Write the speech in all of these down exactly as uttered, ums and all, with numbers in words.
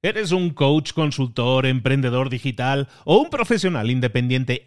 ¿Eres un coach, consultor, emprendedor digital o un profesional independiente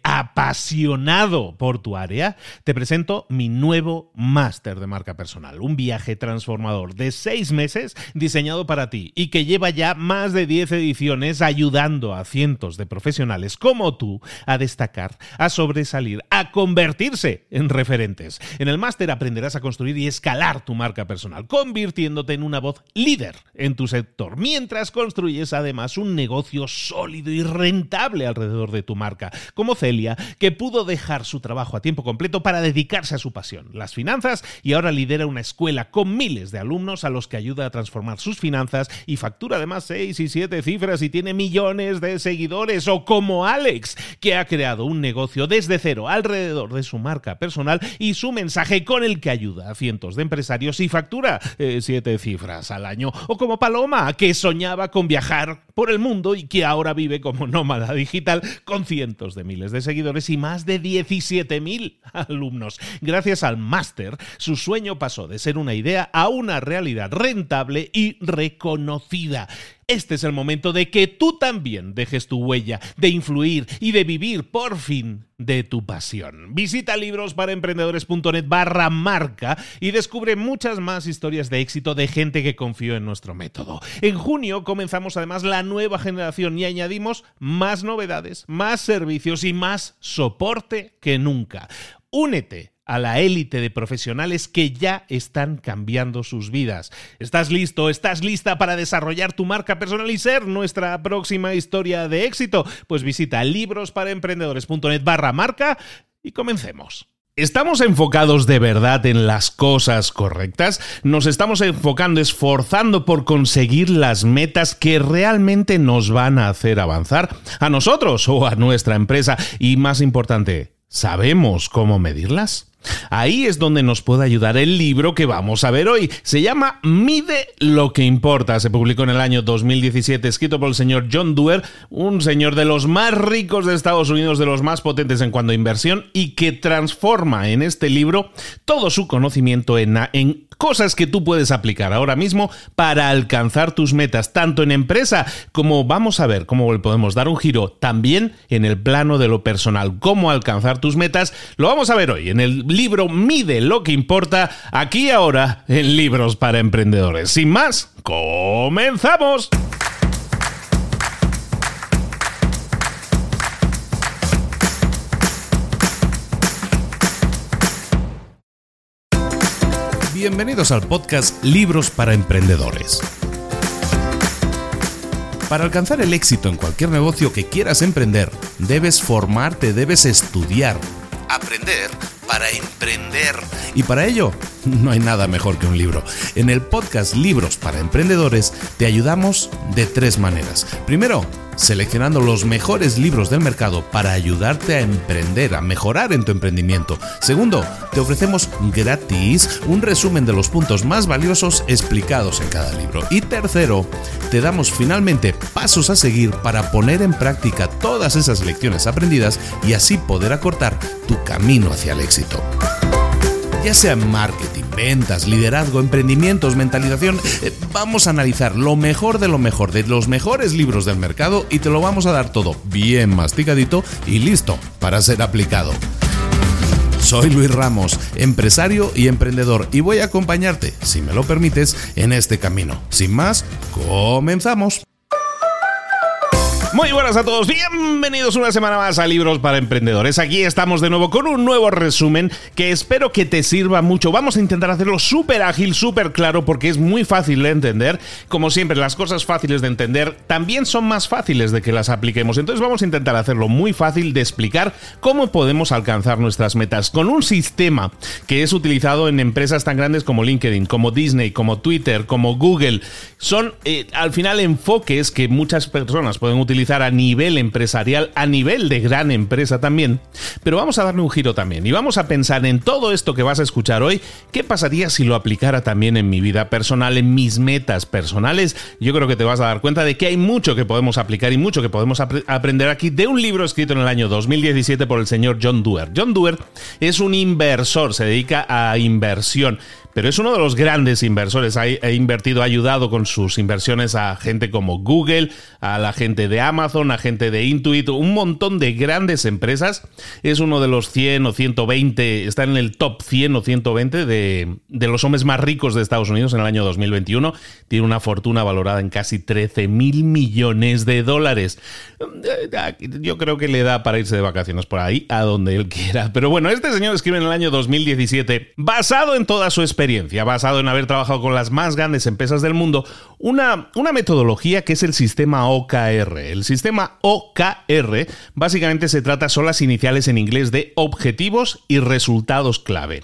apasionado por tu área? Te presento mi nuevo máster de marca personal, un viaje transformador de seis meses diseñado para ti y que lleva ya más de diez ediciones ayudando a cientos de profesionales como tú a destacar, a sobresalir, a convertirse en referentes. En el máster aprenderás a construir y escalar tu marca personal, convirtiéndote en una voz líder en tu sector, mientras construyes es además un negocio sólido y rentable alrededor de tu marca, como Celia, que pudo dejar su trabajo a tiempo completo para dedicarse a su pasión, las finanzas, y ahora lidera una escuela con miles de alumnos a los que ayuda a transformar sus finanzas y factura además seis y siete cifras y tiene millones de seguidores, o como Alex, que ha creado un negocio desde cero alrededor de su marca personal y su mensaje, con el que ayuda a cientos de empresarios y factura eh, siete cifras al año, o como Paloma, que soñaba con viajar por el mundo y que ahora vive como nómada digital con cientos de miles de seguidores y más de diecisiete mil alumnos. Gracias al máster, su sueño pasó de ser una idea a una realidad rentable y reconocida. Este es el momento de que tú también dejes tu huella, de influir y de vivir por fin de tu pasión. Visita librosparaemprendedores.net barra marca y descubre muchas más historias de éxito de gente que confió en nuestro método. En junio comenzamos además la nueva generación y añadimos más novedades, más servicios y más soporte que nunca. Únete a la élite de profesionales que ya están cambiando sus vidas. ¿Estás listo? ¿Estás lista para desarrollar tu marca personal y ser nuestra próxima historia de éxito? Pues visita librosparaemprendedores.net barra marca y comencemos. ¿Estamos enfocados de verdad en las cosas correctas? ¿Nos estamos enfocando, esforzando por conseguir las metas que realmente nos van a hacer avanzar a nosotros o a nuestra empresa? Y más importante, ¿sabemos cómo medirlas? Ahí es donde nos puede ayudar el libro que vamos a ver hoy. Se llama Mide lo que importa. Se publicó en el año dos mil diecisiete, escrito por el señor John Doerr, un señor de los más ricos de Estados Unidos, de los más potentes en cuanto a inversión, y que transforma en este libro todo su conocimiento en, en cosas que tú puedes aplicar ahora mismo para alcanzar tus metas, tanto en empresa como, vamos a ver cómo le podemos dar un giro también en el plano de lo personal. Cómo alcanzar tus metas, lo vamos a ver hoy en el libro Mide lo que importa, aquí y ahora en Libros para Emprendedores. Sin más, ¡comenzamos! Bienvenidos al podcast Libros para Emprendedores. Para alcanzar el éxito en cualquier negocio que quieras emprender, debes formarte, debes estudiar, aprender para emprender. Y para ello, no hay nada mejor que un libro. En el podcast Libros para Emprendedores te ayudamos de tres maneras. Primero, seleccionando los mejores libros del mercado para ayudarte a emprender, a mejorar en tu emprendimiento. Segundo, te ofrecemos gratis un resumen de los puntos más valiosos explicados en cada libro. Y tercero, te damos finalmente pasos a seguir para poner en práctica todas esas lecciones aprendidas y así poder acortar tu camino hacia el éxito. Ya sea en marketing, ventas, liderazgo, emprendimientos, mentalización, eh, vamos a analizar lo mejor de lo mejor de los mejores libros del mercado y te lo vamos a dar todo bien masticadito y listo para ser aplicado. Soy Luis Ramos, empresario y emprendedor, y voy a acompañarte, si me lo permites, en este camino. Sin más, comenzamos. Muy buenas a todos, bienvenidos una semana más a Libros para Emprendedores. Aquí estamos de nuevo con un nuevo resumen que espero que te sirva mucho. Vamos a intentar hacerlo súper ágil, súper claro, porque es muy fácil de entender. Como siempre, las cosas fáciles de entender también son más fáciles de que las apliquemos. Entonces vamos a intentar hacerlo muy fácil de explicar cómo podemos alcanzar nuestras metas con un sistema que es utilizado en empresas tan grandes como LinkedIn, como Disney, como Twitter, como Google. Son eh, al final enfoques que muchas personas pueden utilizar a nivel empresarial, a nivel de gran empresa también, pero vamos a darle un giro también y vamos a pensar en todo esto que vas a escuchar hoy. ¿Qué pasaría si lo aplicara también en mi vida personal, en mis metas personales? Yo creo que te vas a dar cuenta de que hay mucho que podemos aplicar y mucho que podemos ap- aprender aquí de un libro escrito en el año dos mil diecisiete por el señor John Doerr. John Doerr es un inversor, se dedica a inversión, pero es uno de los grandes inversores. Ha, ha invertido, ha ayudado con sus inversiones a gente como Google, a la gente de Amazon, a gente de Intuit, un montón de grandes empresas. Es uno de los cien o ciento veinte, está en el top cien o ciento veinte de, de los hombres más ricos de Estados Unidos en el año dos mil veintiuno. Tiene una fortuna valorada en casi trece mil millones de dólares. Yo creo que le da para irse de vacaciones por ahí, a donde él quiera. Pero bueno, este señor escribe en el año dos mil diecisiete, basado en toda su experiencia, basado en haber trabajado con las más grandes empresas del mundo, una, una metodología que es el sistema O K R. El sistema O K R básicamente se trata, son las iniciales en inglés de objetivos y resultados clave.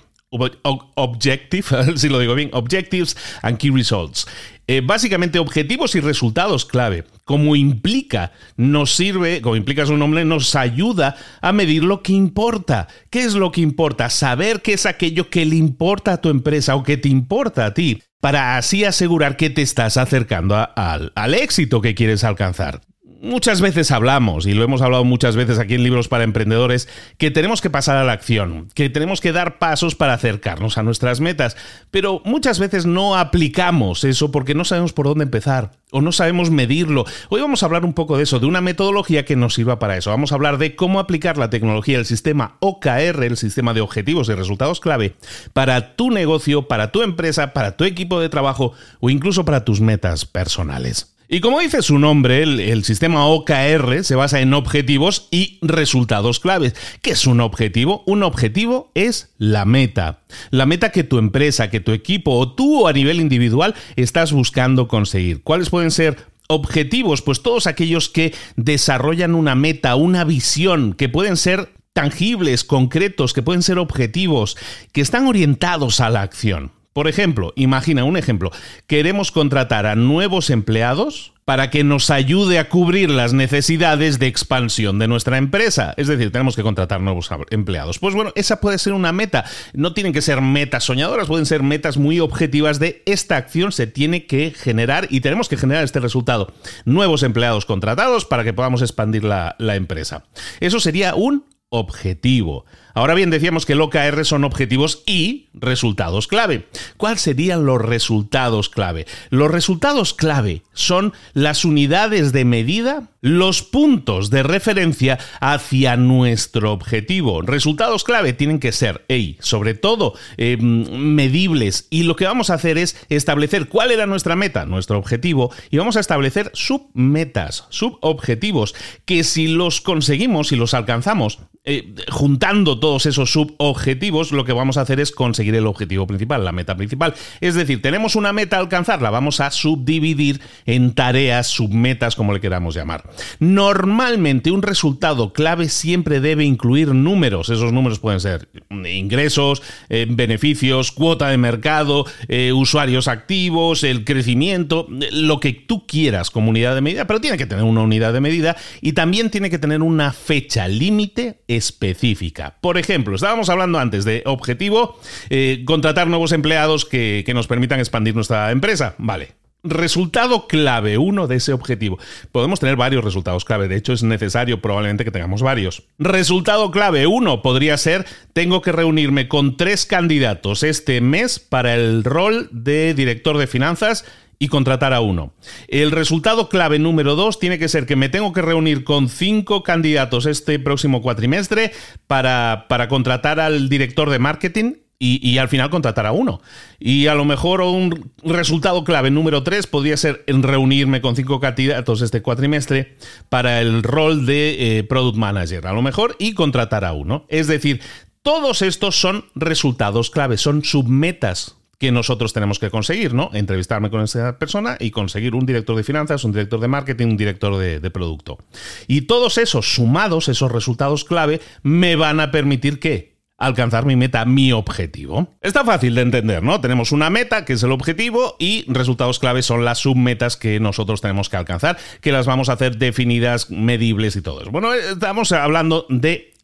Objective, si lo digo bien, Objectives and Key Results. Eh, básicamente objetivos y resultados clave. Como implica, nos sirve, como implica su nombre, nos ayuda a medir lo que importa. ¿Qué es lo que importa? Saber qué es aquello que le importa a tu empresa o que te importa a ti, para así asegurar que te estás acercando a, al, al éxito que quieres alcanzar. Muchas veces hablamos, y lo hemos hablado muchas veces aquí en Libros para Emprendedores, que tenemos que pasar a la acción, que tenemos que dar pasos para acercarnos a nuestras metas, pero muchas veces no aplicamos eso porque no sabemos por dónde empezar o no sabemos medirlo. Hoy vamos a hablar un poco de eso, de una metodología que nos sirva para eso. Vamos a hablar de cómo aplicar la tecnología, el sistema O K R, el sistema de objetivos y resultados clave, para tu negocio, para tu empresa, para tu equipo de trabajo o incluso para tus metas personales. Y como dice su nombre, el, el sistema O K R se basa en objetivos y resultados claves. ¿Qué es un objetivo? Un objetivo es la meta. La meta que tu empresa, que tu equipo o tú a nivel individual estás buscando conseguir. ¿Cuáles pueden ser objetivos? Pues todos aquellos que desarrollan una meta, una visión, que pueden ser tangibles, concretos, que pueden ser objetivos, que están orientados a la acción. Por ejemplo, imagina un ejemplo, queremos contratar a nuevos empleados para que nos ayude a cubrir las necesidades de expansión de nuestra empresa. Es decir, tenemos que contratar nuevos empleados. Pues bueno, esa puede ser una meta. No tienen que ser metas soñadoras, pueden ser metas muy objetivas de esta acción se tiene que generar y tenemos que generar este resultado. Nuevos empleados contratados para que podamos expandir la, la empresa. Eso sería un objetivo. Ahora bien, decíamos que el O K R son objetivos y resultados clave. ¿Cuáles serían los resultados clave? Los resultados clave son las unidades de medida, los puntos de referencia hacia nuestro objetivo. Resultados clave tienen que ser, hey, sobre todo, eh, medibles. Y lo que vamos a hacer es establecer cuál era nuestra meta, nuestro objetivo, y vamos a establecer submetas, subobjetivos, que si los conseguimos, si los alcanzamos, eh, juntando todos esos subobjetivos, lo que vamos a hacer es conseguir el objetivo principal, la meta principal. Es decir, tenemos una meta a alcanzarla, vamos a subdividir en tareas, submetas, como le queramos llamar. Normalmente un resultado clave siempre debe incluir números. Esos números pueden ser ingresos, eh, beneficios, cuota de mercado, eh, usuarios activos, el crecimiento, lo que tú quieras como unidad de medida, pero tiene que tener una unidad de medida y también tiene que tener una fecha límite específica. Por ejemplo, estábamos hablando antes de objetivo, eh, contratar nuevos empleados que, que nos permitan expandir nuestra empresa. Vale. Resultado clave uno de ese objetivo. Podemos tener varios resultados clave, de hecho es necesario probablemente que tengamos varios. Resultado clave uno podría ser, tengo que reunirme con tres candidatos este mes para el rol de director de finanzas y contratar a uno. El resultado clave número dos tiene que ser que me tengo que reunir con cinco candidatos este próximo cuatrimestre para, para contratar al director de marketing Y, y al final contratar a uno. Y a lo mejor un resultado clave número tres podría ser en reunirme con cinco candidatos este cuatrimestre para el rol de eh, Product Manager, a lo mejor, y contratar a uno. Es decir, todos estos son resultados clave, son submetas que nosotros tenemos que conseguir, ¿no? Entrevistarme con esa persona y conseguir un director de finanzas, un director de marketing, un director de, de producto. Y todos esos sumados, esos resultados clave, me van a permitir que alcanzar mi meta, mi objetivo. Está fácil de entender, ¿no? Tenemos una meta, que es el objetivo, y resultados clave son las submetas que nosotros tenemos que alcanzar, que las vamos a hacer definidas, medibles y todo eso. Bueno, estamos hablando de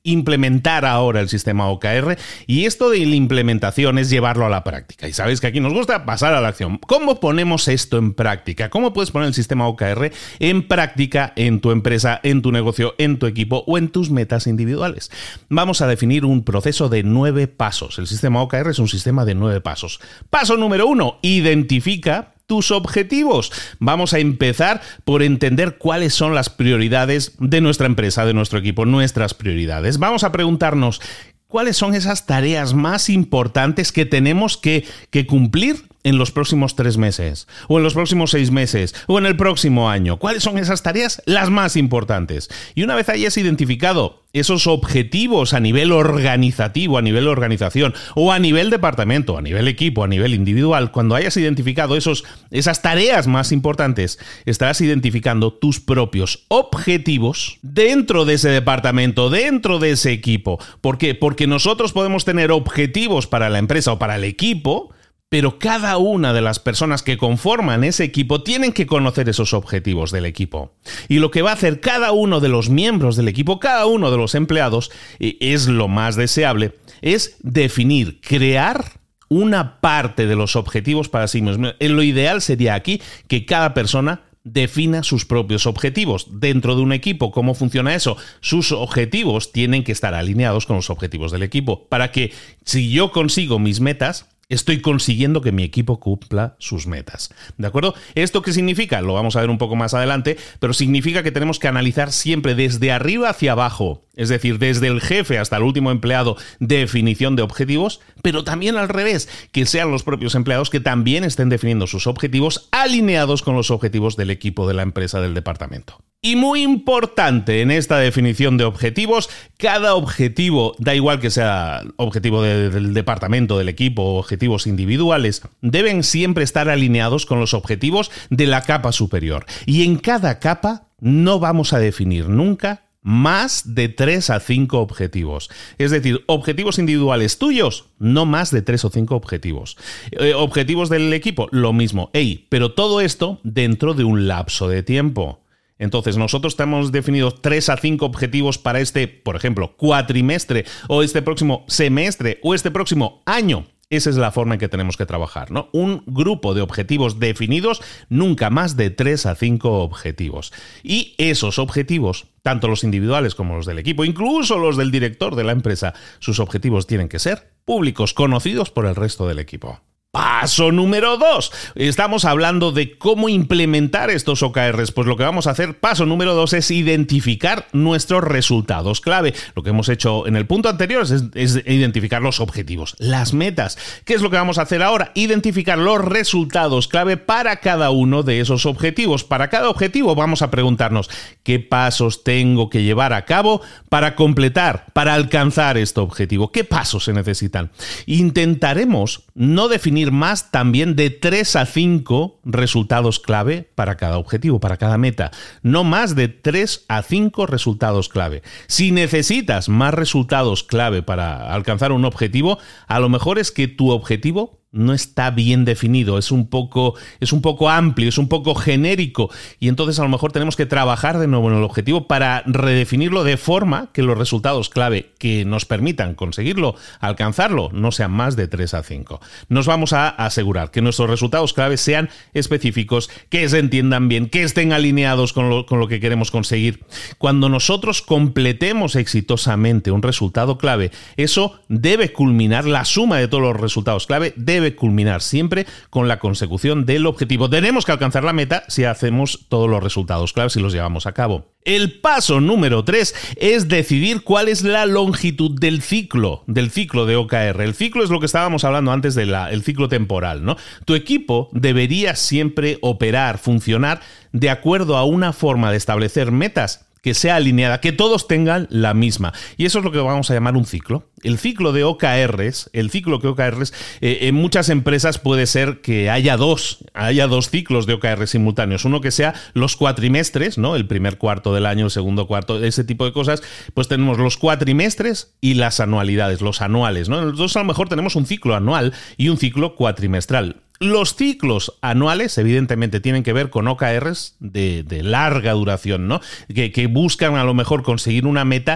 implementar ahora el sistema O K R, y esto de la implementación es llevarlo a la práctica. Y sabéis que aquí nos gusta pasar a la acción. ¿Cómo ponemos esto en práctica? ¿Cómo puedes poner el sistema O K R en práctica en tu empresa, en tu negocio, en tu equipo o en tus metas individuales? Vamos a definir un proceso de nueve pasos. El sistema O K R es un sistema de nueve pasos. Paso número uno, identifica tus objetivos. Vamos a empezar por entender cuáles son las prioridades de nuestra empresa, de nuestro equipo, nuestras prioridades. Vamos a preguntarnos cuáles son esas tareas más importantes que tenemos que, que cumplir en los próximos tres meses, o en los próximos seis meses, o en el próximo año. ¿Cuáles son esas tareas las más importantes? Y una vez hayas identificado esos objetivos a nivel organizativo, a nivel organización, o a nivel departamento, a nivel equipo, a nivel individual, cuando hayas identificado esos, esas tareas más importantes, estarás identificando tus propios objetivos dentro de ese departamento, dentro de ese equipo. ¿Por qué? Porque nosotros podemos tener objetivos para la empresa o para el equipo, pero cada una de las personas que conforman ese equipo tienen que conocer esos objetivos del equipo. Y lo que va a hacer cada uno de los miembros del equipo, cada uno de los empleados, es lo más deseable, es definir, crear una parte de los objetivos para sí mismos. Lo ideal sería aquí que cada persona defina sus propios objetivos. Dentro de un equipo, ¿cómo funciona eso? Sus objetivos tienen que estar alineados con los objetivos del equipo, para que si yo consigo mis metas, estoy consiguiendo que mi equipo cumpla sus metas. ¿De acuerdo? ¿Esto qué significa? Lo vamos a ver un poco más adelante, pero significa que tenemos que analizar siempre desde arriba hacia abajo, es decir, desde el jefe hasta el último empleado, definición de objetivos, pero también al revés, que sean los propios empleados que también estén definiendo sus objetivos alineados con los objetivos del equipo, de la empresa, del departamento. Y muy importante en esta definición de objetivos, cada objetivo, da igual que sea objetivo de, del departamento, del equipo o objetivos individuales, deben siempre estar alineados con los objetivos de la capa superior. Y en cada capa no vamos a definir nunca más de tres a cinco objetivos. Es decir, objetivos individuales tuyos, no más de tres o cinco objetivos. Eh, objetivos del equipo, lo mismo. Ey, pero todo esto dentro de un lapso de tiempo. Entonces, nosotros hemos definido tres a cinco objetivos para este, por ejemplo, cuatrimestre, o este próximo semestre, o este próximo año. Esa es la forma en que tenemos que trabajar, ¿no? Un grupo de objetivos definidos, nunca más de tres a cinco objetivos. Y esos objetivos, tanto los individuales como los del equipo, incluso los del director de la empresa, sus objetivos tienen que ser públicos, conocidos por el resto del equipo. Paso número dos. Estamos hablando de cómo implementar estos O K Rs. Pues lo que vamos a hacer, paso número dos, es identificar nuestros resultados clave. Lo que hemos hecho en el punto anterior es, es identificar los objetivos, las metas. ¿Qué es lo que vamos a hacer ahora? Identificar los resultados clave para cada uno de esos objetivos. Para cada objetivo vamos a preguntarnos qué pasos tengo que llevar a cabo para completar, para alcanzar este objetivo. ¿Qué pasos se necesitan? Intentaremos no definir más también de tres a cinco resultados clave para cada objetivo, para cada meta. No más de tres a cinco resultados clave. Si necesitas más resultados clave para alcanzar un objetivo, a lo mejor es que tu objetivo no está bien definido, es un poco, es un poco amplio, es un poco genérico, y entonces a lo mejor tenemos que trabajar de nuevo en el objetivo para redefinirlo de forma que los resultados clave que nos permitan conseguirlo, alcanzarlo, no sean más de tres a cinco. Nos vamos a asegurar que nuestros resultados clave sean específicos, que se entiendan bien, que estén alineados con lo, con lo que queremos conseguir. Cuando nosotros completemos exitosamente un resultado clave, eso debe culminar, la suma de todos los resultados clave debe debe culminar siempre con la consecución del objetivo. Tenemos que alcanzar la meta si hacemos todos los resultados claves y los llevamos a cabo. El paso número tres es decidir cuál es la longitud del ciclo, del ciclo de O K R. El ciclo es lo que estábamos hablando antes del ciclo temporal, ¿no? Tu equipo debería siempre operar, funcionar de acuerdo a una forma de establecer metas que sea alineada, que todos tengan la misma. Y eso es lo que vamos a llamar un ciclo. El ciclo de O K Rs, el ciclo que O K Rs, eh, en muchas empresas puede ser que haya dos, haya dos ciclos de O K R simultáneos. Uno que sea los cuatrimestres, ¿no? El primer cuarto del año, el segundo cuarto, ese tipo de cosas. Pues tenemos los cuatrimestres y las anualidades, los anuales, ¿no? Entonces a lo mejor tenemos un ciclo anual y un ciclo cuatrimestral. Los ciclos anuales, evidentemente, tienen que ver con O K Rs de, de larga duración, ¿no? Que, que buscan a lo mejor conseguir una meta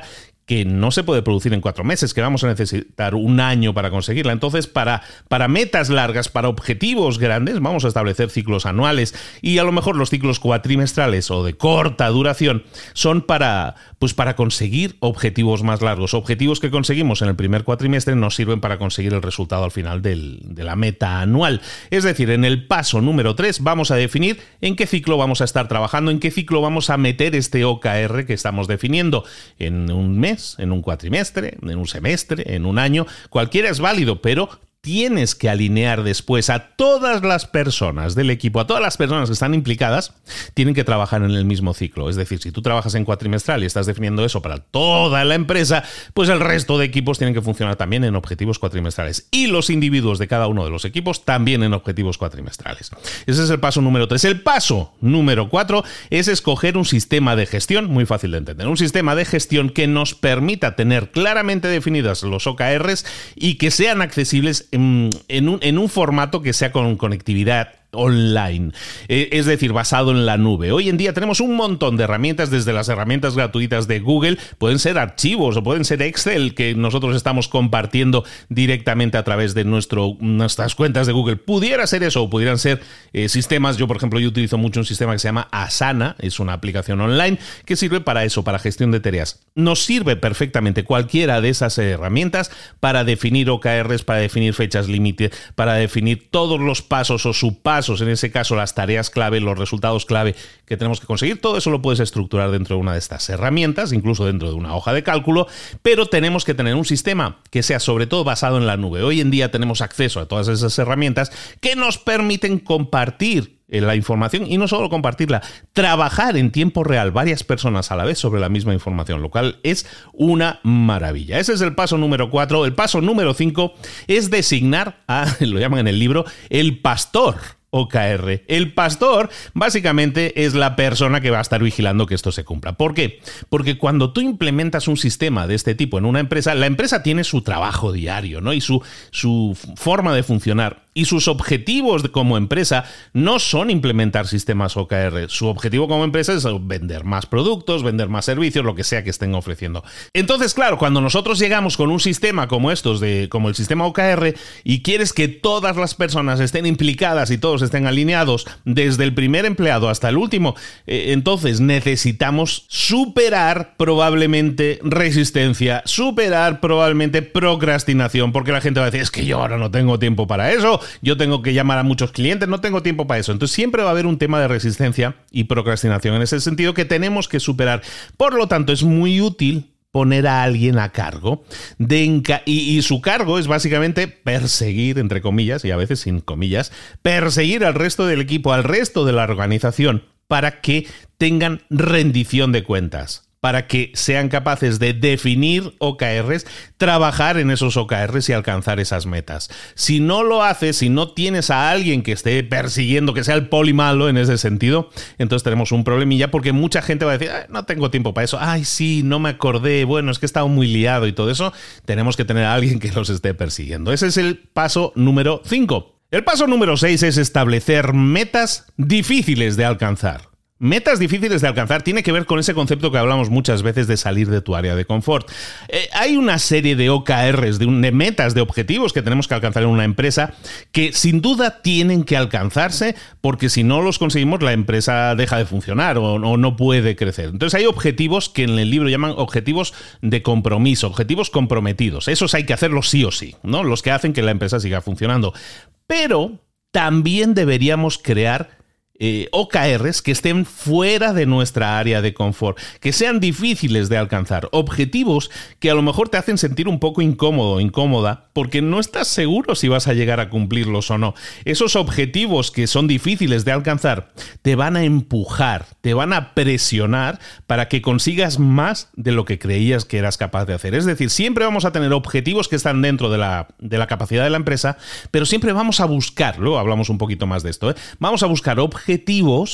que no se puede producir en cuatro meses, que vamos a necesitar un año para conseguirla. Entonces, para, para metas largas, para objetivos grandes, vamos a establecer ciclos anuales, y a lo mejor los ciclos cuatrimestrales o de corta duración son para, pues para conseguir objetivos más largos. Objetivos que conseguimos en el primer cuatrimestre nos sirven para conseguir el resultado al final del, de la meta anual. Es decir, en el paso número tres vamos a definir en qué ciclo vamos a estar trabajando, en qué ciclo vamos a meter este O K R que estamos definiendo. En un mes, en un cuatrimestre, en un semestre, en un año, cualquiera es válido, pero tienes que alinear después a todas las personas del equipo, a todas las personas que están implicadas, tienen que trabajar en el mismo ciclo. Es decir, si tú trabajas en cuatrimestral y estás definiendo eso para toda la empresa, pues el resto de equipos tienen que funcionar también en objetivos cuatrimestrales. Y los individuos de cada uno de los equipos también en objetivos cuatrimestrales. Ese es el paso número tres. El paso número cuatro es escoger un sistema de gestión, muy fácil de entender, un sistema de gestión que nos permita tener claramente definidas los O K Rs y que sean accesibles en, en, un, en un formato que sea con conectividad online, es decir, basado en la nube. Hoy en día tenemos un montón de herramientas, desde las herramientas gratuitas de Google, pueden ser archivos o pueden ser Excel que nosotros estamos compartiendo directamente a través de nuestro, nuestras cuentas de Google. Pudiera ser eso, o pudieran ser eh, sistemas. Yo, por ejemplo, yo utilizo mucho un sistema que se llama Asana, es una aplicación online que sirve para eso, para gestión de tareas. Nos sirve perfectamente cualquiera de esas herramientas para definir O K Rs, para definir fechas límite, para definir todos los pasos o subpasos, en ese caso las tareas clave, los resultados clave que tenemos que conseguir. Todo eso lo puedes estructurar dentro de una de estas herramientas, incluso dentro de una hoja de cálculo, pero tenemos que tener un sistema que sea sobre todo basado en la nube. Hoy en día tenemos acceso a todas esas herramientas que nos permiten compartir la información, y no solo compartirla, trabajar en tiempo real varias personas a la vez sobre la misma información, lo cual es una maravilla. Ese es el paso número cuatro. El paso número cinco es designar a, lo llaman en el libro, el pastor O K R. El pastor básicamente es la persona que va a estar vigilando que esto se cumpla. ¿Por qué? Porque cuando tú implementas un sistema de este tipo en una empresa, la empresa tiene su trabajo diario, ¿no? Y su, su forma de funcionar. Y sus objetivos como empresa no son implementar sistemas O K R. Su objetivo como empresa es vender más productos, vender más servicios, lo que sea que estén ofreciendo. Entonces, claro, cuando nosotros llegamos con un sistema como estos, de, como el sistema O K R, y quieres que todas las personas estén implicadas y todos estén alineados, desde el primer empleado hasta el último, eh, entonces necesitamos superar probablemente resistencia, superar probablemente procrastinación, porque la gente va a decir, es que yo ahora no tengo tiempo para eso, yo tengo que llamar a muchos clientes, no tengo tiempo para eso. Entonces siempre va a haber un tema de resistencia y procrastinación en ese sentido que tenemos que superar. Por lo tanto, es muy útil poner a alguien a cargo de enca- y, y su cargo es básicamente perseguir, entre comillas, y a veces sin comillas, perseguir al resto del equipo, al resto de la organización, para que tengan rendición de cuentas, para que sean capaces de definir O K Rs, trabajar en esos O K Rs y alcanzar esas metas. Si no lo haces, si no tienes a alguien que esté persiguiendo, que sea el poli malo en ese sentido, entonces tenemos un problemilla, porque mucha gente va a decir, no tengo tiempo para eso, ay sí, no me acordé, bueno, es que he estado muy liado y todo eso. Tenemos que tener a alguien que los esté persiguiendo. Ese es el paso número cinco. El paso número seis es establecer metas difíciles de alcanzar. Metas difíciles de alcanzar tiene que ver con ese concepto que hablamos muchas veces de salir de tu área de confort. Eh, hay una serie de O K Rs, de, un, de metas, de objetivos que tenemos que alcanzar en una empresa que sin duda tienen que alcanzarse, porque si no los conseguimos la empresa deja de funcionar o, o no puede crecer. Entonces hay objetivos que en el libro llaman objetivos de compromiso, objetivos comprometidos. Esos hay que hacerlos sí o sí, ¿no? Los que hacen que la empresa siga funcionando. Pero también deberíamos crear Eh, O K Rs que estén fuera de nuestra área de confort, que sean difíciles de alcanzar, objetivos que a lo mejor te hacen sentir un poco incómodo, incómoda, porque no estás seguro si vas a llegar a cumplirlos o no. Esos objetivos que son difíciles de alcanzar te van a empujar, te van a presionar para que consigas más de lo que creías que eras capaz de hacer. Es decir, siempre vamos a tener objetivos que están dentro de la, de la capacidad de la empresa, pero siempre vamos a buscar, luego hablamos un poquito más de esto, ¿eh? Vamos a buscar objetivos objetivos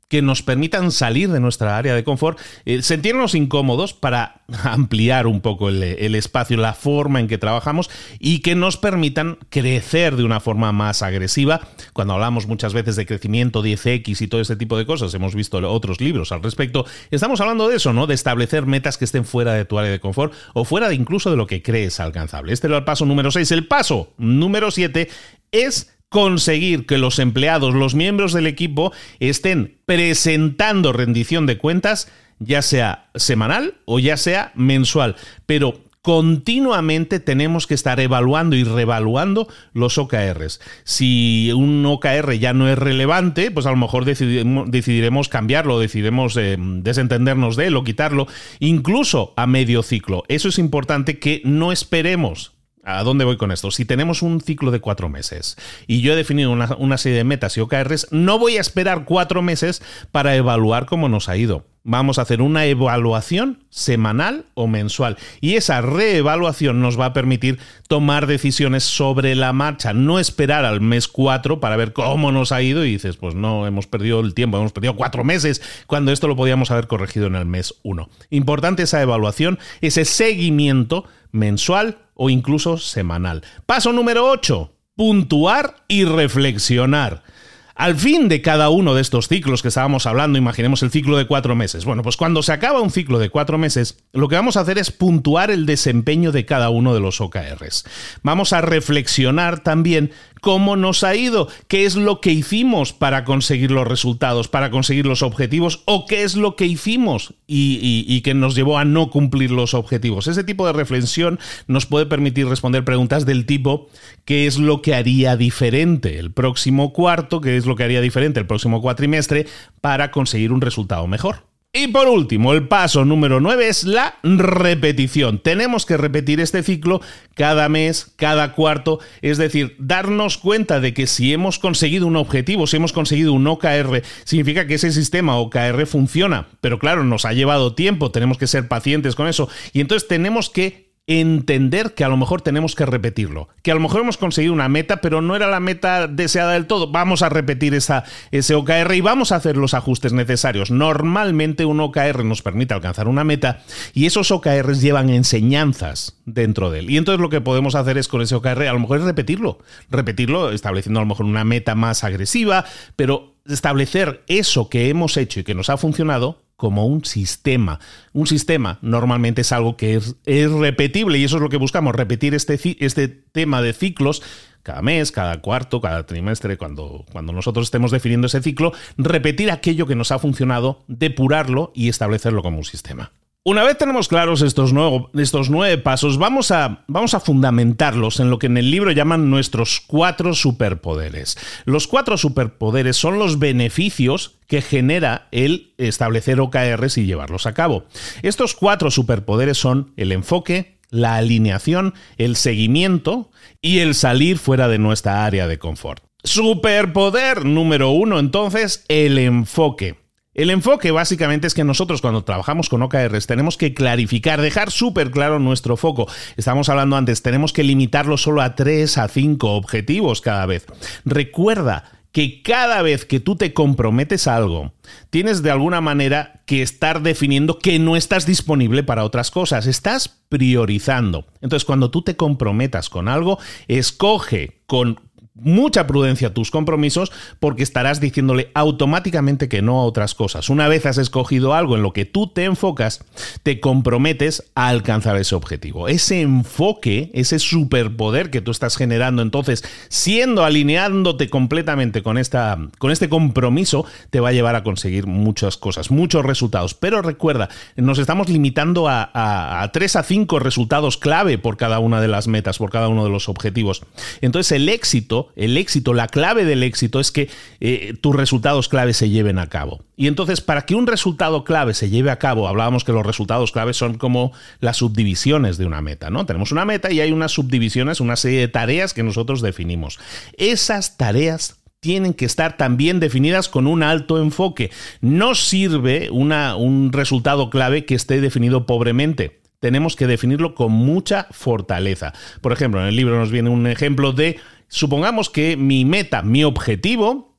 que nos permitan salir de nuestra área de confort, eh, sentirnos incómodos para ampliar un poco el, el espacio, la forma en que trabajamos y que nos permitan crecer de una forma más agresiva. Cuando hablamos muchas veces de crecimiento diez equis y todo ese tipo de cosas, hemos visto otros libros al respecto, estamos hablando de eso, ¿no? De establecer metas que estén fuera de tu área de confort o fuera de incluso de lo que crees alcanzable. Este era el paso número seis. El paso número siete es conseguir que los empleados, los miembros del equipo, estén presentando rendición de cuentas, ya sea semanal o ya sea mensual. Pero continuamente tenemos que estar evaluando y reevaluando los O K Rs. Si un O K R ya no es relevante, pues a lo mejor decidiremos, decidiremos cambiarlo, decidiremos eh, desentendernos de él o quitarlo, incluso a medio ciclo. Eso es importante, que no esperemos. ¿A dónde voy con esto? Si tenemos un ciclo de cuatro meses y yo he definido una, una serie de metas y O K Rs, no voy a esperar cuatro meses para evaluar cómo nos ha ido. Vamos a hacer una evaluación semanal o mensual y esa reevaluación nos va a permitir tomar decisiones sobre la marcha, no esperar al mes cuatro para ver cómo nos ha ido y dices, pues no, hemos perdido el tiempo, hemos perdido cuatro meses, cuando esto lo podíamos haber corregido en el mes uno. Importante esa evaluación, ese seguimiento mensual o incluso semanal. Paso número ocho, puntuar y reflexionar. Al fin de cada uno de estos ciclos que estábamos hablando, imaginemos el ciclo de cuatro meses. Bueno, pues cuando se acaba un ciclo de cuatro meses, lo que vamos a hacer es puntuar el desempeño de cada uno de los O K Rs. Vamos a reflexionar también cómo nos ha ido, qué es lo que hicimos para conseguir los resultados, para conseguir los objetivos, o qué es lo que hicimos y, y, y que nos llevó a no cumplir los objetivos. Ese tipo de reflexión nos puede permitir responder preguntas del tipo, ¿qué es lo que haría diferente el próximo cuarto? ¿Qué es lo que haría diferente el próximo cuatrimestre para conseguir un resultado mejor? Y por último, el paso número nueve es la repetición. Tenemos que repetir este ciclo cada mes, cada cuarto, es decir, darnos cuenta de que si hemos conseguido un objetivo, si hemos conseguido un O K R, significa que ese sistema O K R funciona. Pero claro, nos ha llevado tiempo, tenemos que ser pacientes con eso. Y entonces tenemos que entender que a lo mejor tenemos que repetirlo, que a lo mejor hemos conseguido una meta, pero no era la meta deseada del todo. Vamos a repetir esa, ese O K R y vamos a hacer los ajustes necesarios. Normalmente un O K R nos permite alcanzar una meta y esos O K Rs llevan enseñanzas dentro de él. Y entonces lo que podemos hacer es con ese O K R a lo mejor es repetirlo, repetirlo estableciendo a lo mejor una meta más agresiva, pero establecer eso que hemos hecho y que nos ha funcionado como un sistema. Un sistema normalmente es algo que es, es repetible y eso es lo que buscamos, repetir este, este tema de ciclos cada mes, cada cuarto, cada trimestre, cuando, cuando nosotros estemos definiendo ese ciclo, repetir aquello que nos ha funcionado, depurarlo y establecerlo como un sistema. Una vez tenemos claros estos nueve, estos nueve pasos, vamos a, vamos a fundamentarlos en lo que en el libro llaman nuestros cuatro superpoderes. Los cuatro superpoderes son los beneficios que genera el establecer O K Rs y llevarlos a cabo. Estos cuatro superpoderes son el enfoque, la alineación, el seguimiento y el salir fuera de nuestra área de confort. Superpoder número uno, entonces, el enfoque. El enfoque básicamente es que nosotros cuando trabajamos con O K Rs tenemos que clarificar, dejar súper claro nuestro foco. Estamos hablando antes, tenemos que limitarlo solo a tres a cinco objetivos cada vez. Recuerda que cada vez que tú te comprometes a algo, tienes de alguna manera que estar definiendo que no estás disponible para otras cosas, estás priorizando. Entonces, cuando tú te comprometas con algo, escoge con mucha prudencia tus compromisos porque estarás diciéndole automáticamente que no a otras cosas. Una vez has escogido algo en lo que tú te enfocas, te comprometes a alcanzar ese objetivo. Ese enfoque, ese superpoder que tú estás generando, entonces, siendo alineándote completamente con, esta, con este compromiso, te va a llevar a conseguir muchas cosas, muchos resultados. Pero recuerda, nos estamos limitando a, a, a tres a cinco resultados clave por cada una de las metas, por cada uno de los objetivos. Entonces, el éxito El éxito, la clave del éxito es que eh, tus resultados clave se lleven a cabo. Y entonces, para que un resultado clave se lleve a cabo, hablábamos que los resultados clave son como las subdivisiones de una meta, ¿no? Tenemos una meta y hay unas subdivisiones, una serie de tareas que nosotros definimos. Esas tareas tienen que estar también definidas con un alto enfoque. No sirve una, un resultado clave que esté definido pobremente. Tenemos que definirlo con mucha fortaleza. Por ejemplo, en el libro nos viene un ejemplo de, supongamos que mi meta, mi objetivo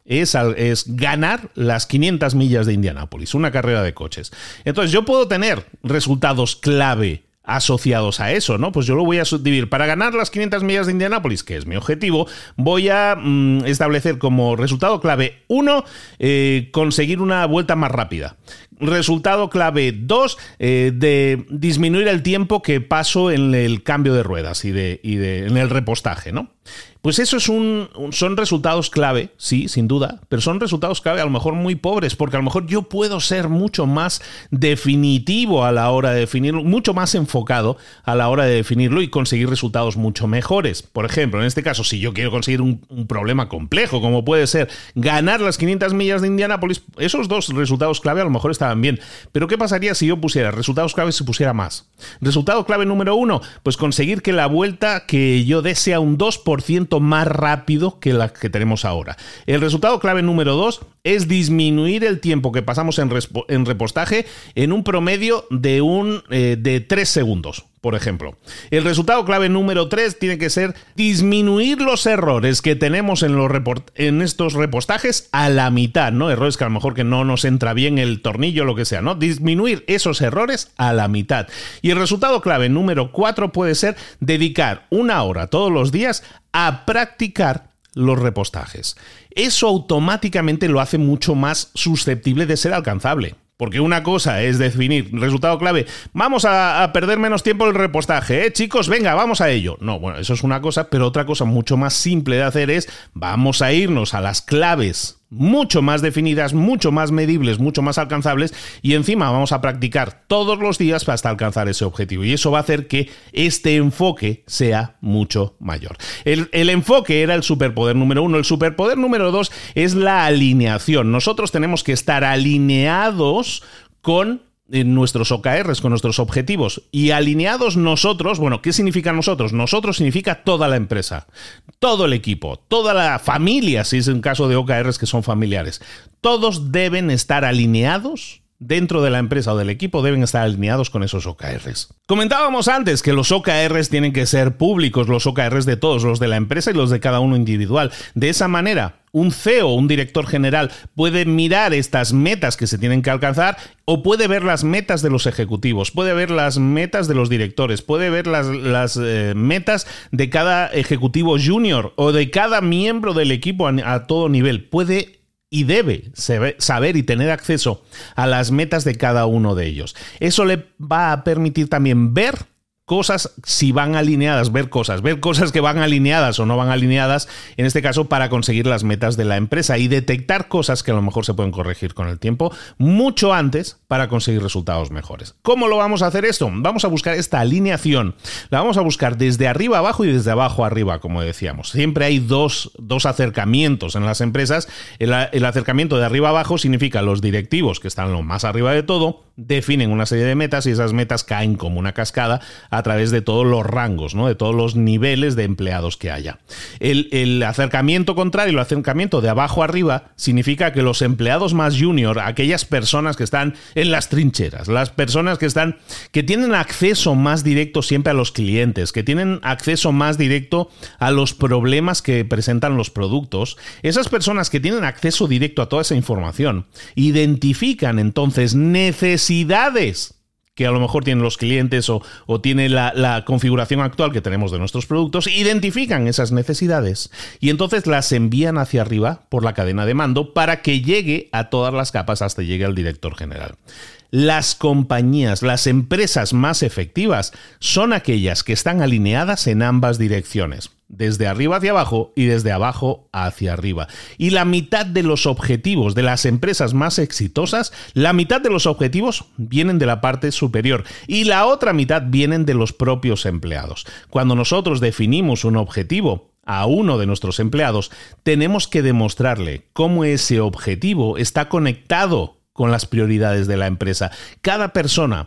es, es ganar las quinientas millas de Indianápolis, una carrera de coches. Entonces yo puedo tener resultados clave asociados a eso, ¿no? Pues yo lo voy a subdividir. Para ganar las quinientas millas de Indianápolis, que es mi objetivo, voy a mmm, establecer como resultado clave uno, eh, conseguir una vuelta más rápida. Resultado clave dos, eh, de disminuir el tiempo que paso en el cambio de ruedas y, de, y de, en el repostaje, ¿no? Pues eso es un, son resultados clave, sí, sin duda, pero son resultados clave a lo mejor muy pobres, porque a lo mejor yo puedo ser mucho más definitivo a la hora de definirlo, mucho más enfocado a la hora de definirlo y conseguir resultados mucho mejores. Por ejemplo, en este caso, si yo quiero conseguir un, un problema complejo, como puede ser ganar las quinientas millas de Indianápolis, esos dos resultados clave a lo mejor estaban bien. Pero ¿qué pasaría si yo pusiera resultados clave si pusiera más? Resultado clave número uno, pues conseguir que la vuelta que yo dé sea un dos por ciento más rápido que la que tenemos ahora. El resultado clave número dos es disminuir el tiempo que pasamos en, respo- en repostaje en un promedio de un eh, de tres segundos, por ejemplo. El resultado clave número tres tiene que ser disminuir los errores que tenemos en, los report- en estos repostajes a la mitad, ¿no? Errores que a lo mejor que no nos entra bien el tornillo, lo que sea, ¿no? Disminuir esos errores a la mitad. Y el resultado clave número cuatro puede ser dedicar una hora todos los días a practicar los repostajes. Eso automáticamente lo hace mucho más susceptible de ser alcanzable. Porque una cosa es definir resultado clave, vamos a, a perder menos tiempo en el repostaje, ¿eh, chicos? Venga, vamos a ello. No, bueno, eso es una cosa, pero otra cosa mucho más simple de hacer es, vamos a irnos a las claves mucho más definidas, mucho más medibles, mucho más alcanzables, y encima vamos a practicar todos los días hasta alcanzar ese objetivo. Y eso va a hacer que este enfoque sea mucho mayor. El, el enfoque era el superpoder número uno. El superpoder número dos es la alineación. Nosotros tenemos que estar alineados con en nuestros O K Rs, con nuestros objetivos, y alineados nosotros. Bueno, ¿qué significa nosotros? Nosotros significa toda la empresa, todo el equipo, toda la familia, si es un caso de O K Rs que son familiares. Todos deben estar alineados dentro de la empresa o del equipo, deben estar alineados con esos O K Rs. Comentábamos antes que los O K Rs tienen que ser públicos, los O K Rs de todos, los de la empresa y los de cada uno individual. De esa manera, un C E O, un director general, puede mirar estas metas que se tienen que alcanzar o puede ver las metas de los ejecutivos, puede ver las metas de los directores, puede ver las, las eh, metas de cada ejecutivo junior o de cada miembro del equipo a, a todo nivel. Puede y debe saber y tener acceso a las metas de cada uno de ellos. Eso le va a permitir también ver cosas si van alineadas, ver cosas, ver cosas que van alineadas o no van alineadas, en este caso para conseguir las metas de la empresa y detectar cosas que a lo mejor se pueden corregir con el tiempo mucho antes para conseguir resultados mejores. ¿Cómo lo vamos a hacer esto? Vamos a buscar esta alineación, la vamos a buscar desde arriba abajo y desde abajo arriba, como decíamos. Siempre hay dos, dos acercamientos en las empresas. El, el acercamiento de arriba abajo significa los directivos, que están lo más arriba de todo, definen una serie de metas y esas metas caen como una cascada a través de todos los rangos, ¿no? De todos los niveles de empleados que haya. El, el acercamiento contrario, el acercamiento de abajo arriba, significa que los empleados más junior, aquellas personas que están en las trincheras, las personas que están, que tienen acceso más directo siempre a los clientes, que tienen acceso más directo a los problemas que presentan los productos, esas personas que tienen acceso directo a toda esa información, identifican entonces necesidades que a lo mejor tienen los clientes o, o tiene la, la configuración actual que tenemos de nuestros productos, identifican esas necesidades y entonces las envían hacia arriba por la cadena de mando para que llegue a todas las capas hasta llegue al director general. Las compañías, las empresas más efectivas son aquellas que están alineadas en ambas direcciones, desde arriba hacia abajo y desde abajo hacia arriba. Y la mitad de los objetivos de las empresas más exitosas, la mitad de los objetivos vienen de la parte superior y la otra mitad vienen de los propios empleados. Cuando nosotros definimos un objetivo a uno de nuestros empleados, tenemos que demostrarle cómo ese objetivo está conectado con las prioridades de la empresa. Cada persona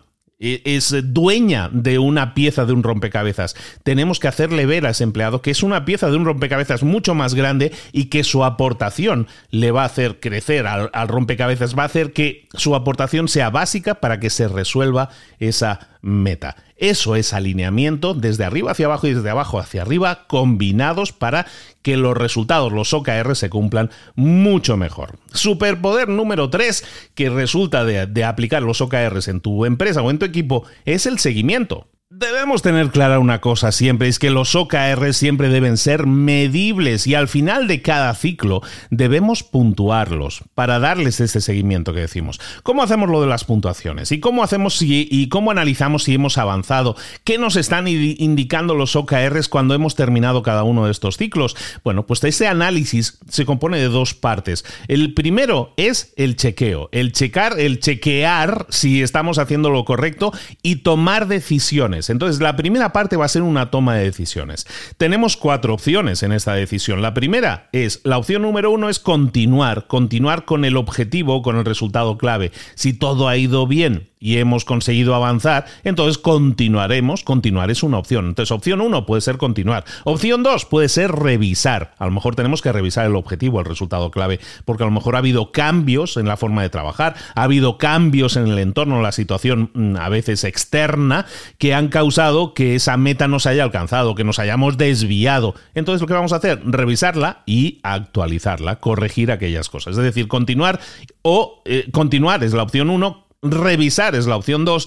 es dueña de una pieza de un rompecabezas. Tenemos que hacerle ver a ese empleado que es una pieza de un rompecabezas mucho más grande y que su aportación le va a hacer crecer al, al rompecabezas, va a hacer que su aportación sea básica para que se resuelva esa meta. Eso es alineamiento desde arriba hacia abajo y desde abajo hacia arriba combinados para que los resultados, los O K R, se cumplan mucho mejor. Superpoder número tres que resulta de, de aplicar los O K Rs en tu empresa o en tu equipo es el seguimiento. Debemos tener clara una cosa siempre, es que los O K R siempre deben ser medibles y al final de cada ciclo debemos puntuarlos para darles ese seguimiento que decimos. ¿Cómo hacemos lo de las puntuaciones? ¿Y cómo hacemos si, y cómo analizamos si hemos avanzado? ¿Qué nos están indicando los O K Rs cuando hemos terminado cada uno de estos ciclos? Bueno, pues ese análisis se compone de dos partes. El primero es el chequeo, el checar, el chequear si estamos haciendo lo correcto y tomar decisiones. Entonces, la primera parte va a ser una toma de decisiones. Tenemos cuatro opciones en esta decisión. La primera es, la opción número uno es continuar, continuar con el objetivo, con el resultado clave. Si todo ha ido bien y hemos conseguido avanzar, entonces continuaremos. Continuar es una opción. Entonces, opción uno puede ser continuar. Opción dos puede ser revisar. A lo mejor tenemos que revisar el objetivo, el resultado clave, porque a lo mejor ha habido cambios en la forma de trabajar, ha habido cambios en el entorno, en la situación a veces externa, que han causado que esa meta no se haya alcanzado, que nos hayamos desviado. Entonces, lo que vamos a hacer, revisarla y actualizarla, corregir aquellas cosas. Es decir, continuar o eh, continuar es la opción uno, revisar es la opción dos,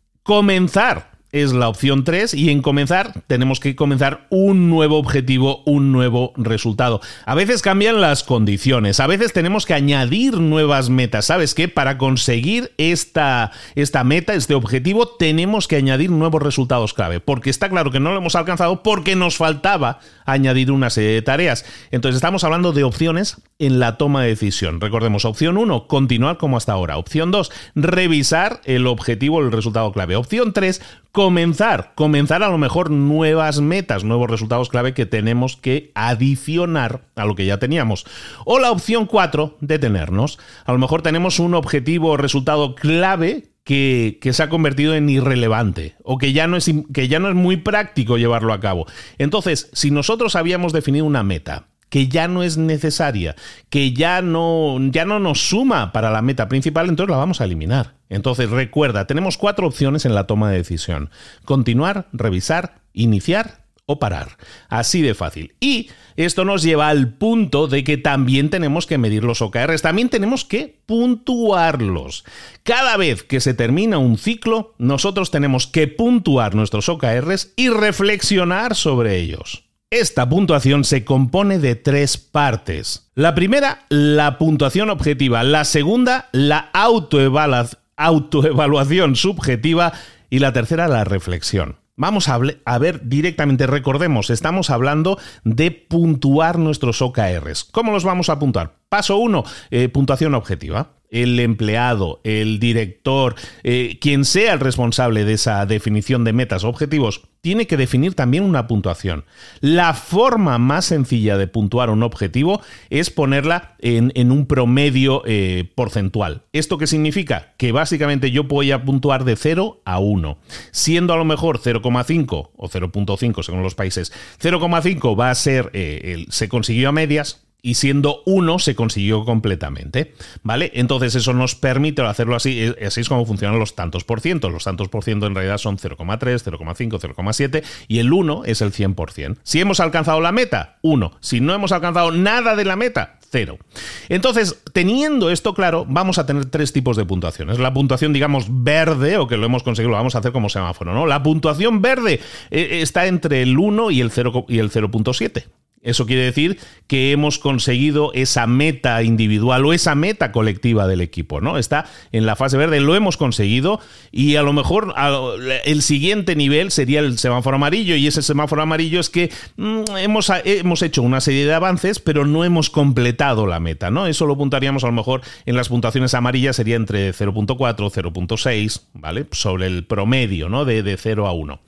comenzar es la opción tres y en comenzar tenemos que comenzar un nuevo objetivo, un nuevo resultado. A veces cambian las condiciones, a veces tenemos que añadir nuevas metas. ¿Sabes qué? Para conseguir esta, esta meta, este objetivo, tenemos que añadir nuevos resultados clave, porque está claro que no lo hemos alcanzado porque nos faltaba añadir una serie de tareas. Entonces estamos hablando de opciones en la toma de decisión. Recordemos, opción uno, continuar como hasta ahora. Opción dos, revisar el objetivo, el resultado clave. Opción tres, comenzar, comenzar a lo mejor nuevas metas, nuevos resultados clave que tenemos que adicionar a lo que ya teníamos. O la opción cuatro, detenernos. A lo mejor tenemos un objetivo o resultado clave que, que se ha convertido en irrelevante o que ya no es, que ya no es muy práctico llevarlo a cabo. Entonces, si nosotros habíamos definido una meta que ya no es necesaria, que ya no, ya no nos suma para la meta principal, entonces la vamos a eliminar. Entonces, recuerda, tenemos cuatro opciones en la toma de decisión. Continuar, revisar, iniciar o parar. Así de fácil. Y esto nos lleva al punto de que también tenemos que medir los O K Rs. También tenemos que puntuarlos. Cada vez que se termina un ciclo, nosotros tenemos que puntuar nuestros O K Rs y reflexionar sobre ellos. Esta puntuación se compone de tres partes. La primera, la puntuación objetiva. La segunda, la autoevalu- autoevaluación subjetiva. Y la tercera, la reflexión. Vamos a, a ver directamente, recordemos, estamos hablando de puntuar nuestros O K Rs. ¿Cómo los vamos a puntuar? Paso uno, eh, puntuación objetiva. El empleado, el director, eh, quien sea el responsable de esa definición de metas o objetivos, tiene que definir también una puntuación. La forma más sencilla de puntuar un objetivo es ponerla en, en un promedio eh, porcentual. ¿Esto qué significa? Que básicamente yo voy a puntuar de cero a uno, siendo a lo mejor cero coma cinco o cero punto cinco según los países. cero coma cinco va a ser, eh, el, se consiguió a medias, y siendo uno se consiguió completamente, ¿vale? Entonces eso nos permite hacerlo así, así es como funcionan los tantos por ciento. Los tantos por ciento en realidad son cero coma tres, cero coma cinco, cero coma siete y el uno es el cien por ciento. Si hemos alcanzado la meta, uno. Si no hemos alcanzado nada de la meta, cero. Entonces, teniendo esto claro, vamos a tener tres tipos de puntuaciones. La puntuación, digamos, verde, o que lo hemos conseguido, lo vamos a hacer como semáforo, ¿no? La puntuación verde eh, está entre el uno y el cero y el cero punto siete. Eso quiere decir que hemos conseguido esa meta individual o esa meta colectiva del equipo, ¿no? Está en la fase verde, lo hemos conseguido y a lo mejor el siguiente nivel sería el semáforo amarillo y ese semáforo amarillo es que mmm, hemos, hemos hecho una serie de avances pero no hemos completado la meta, ¿no? Eso lo puntuaríamos a lo mejor en las puntuaciones amarillas sería entre cero punto cuatro, cero punto seis, ¿vale? Sobre el promedio, ¿no? De, de cero a uno.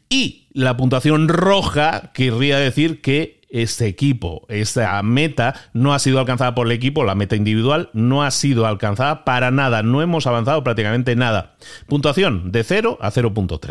Y la puntuación roja querría decir que este equipo, esta meta no ha sido alcanzada por el equipo, la meta individual no ha sido alcanzada para nada, no hemos avanzado prácticamente nada. Puntuación de cero a cero punto tres.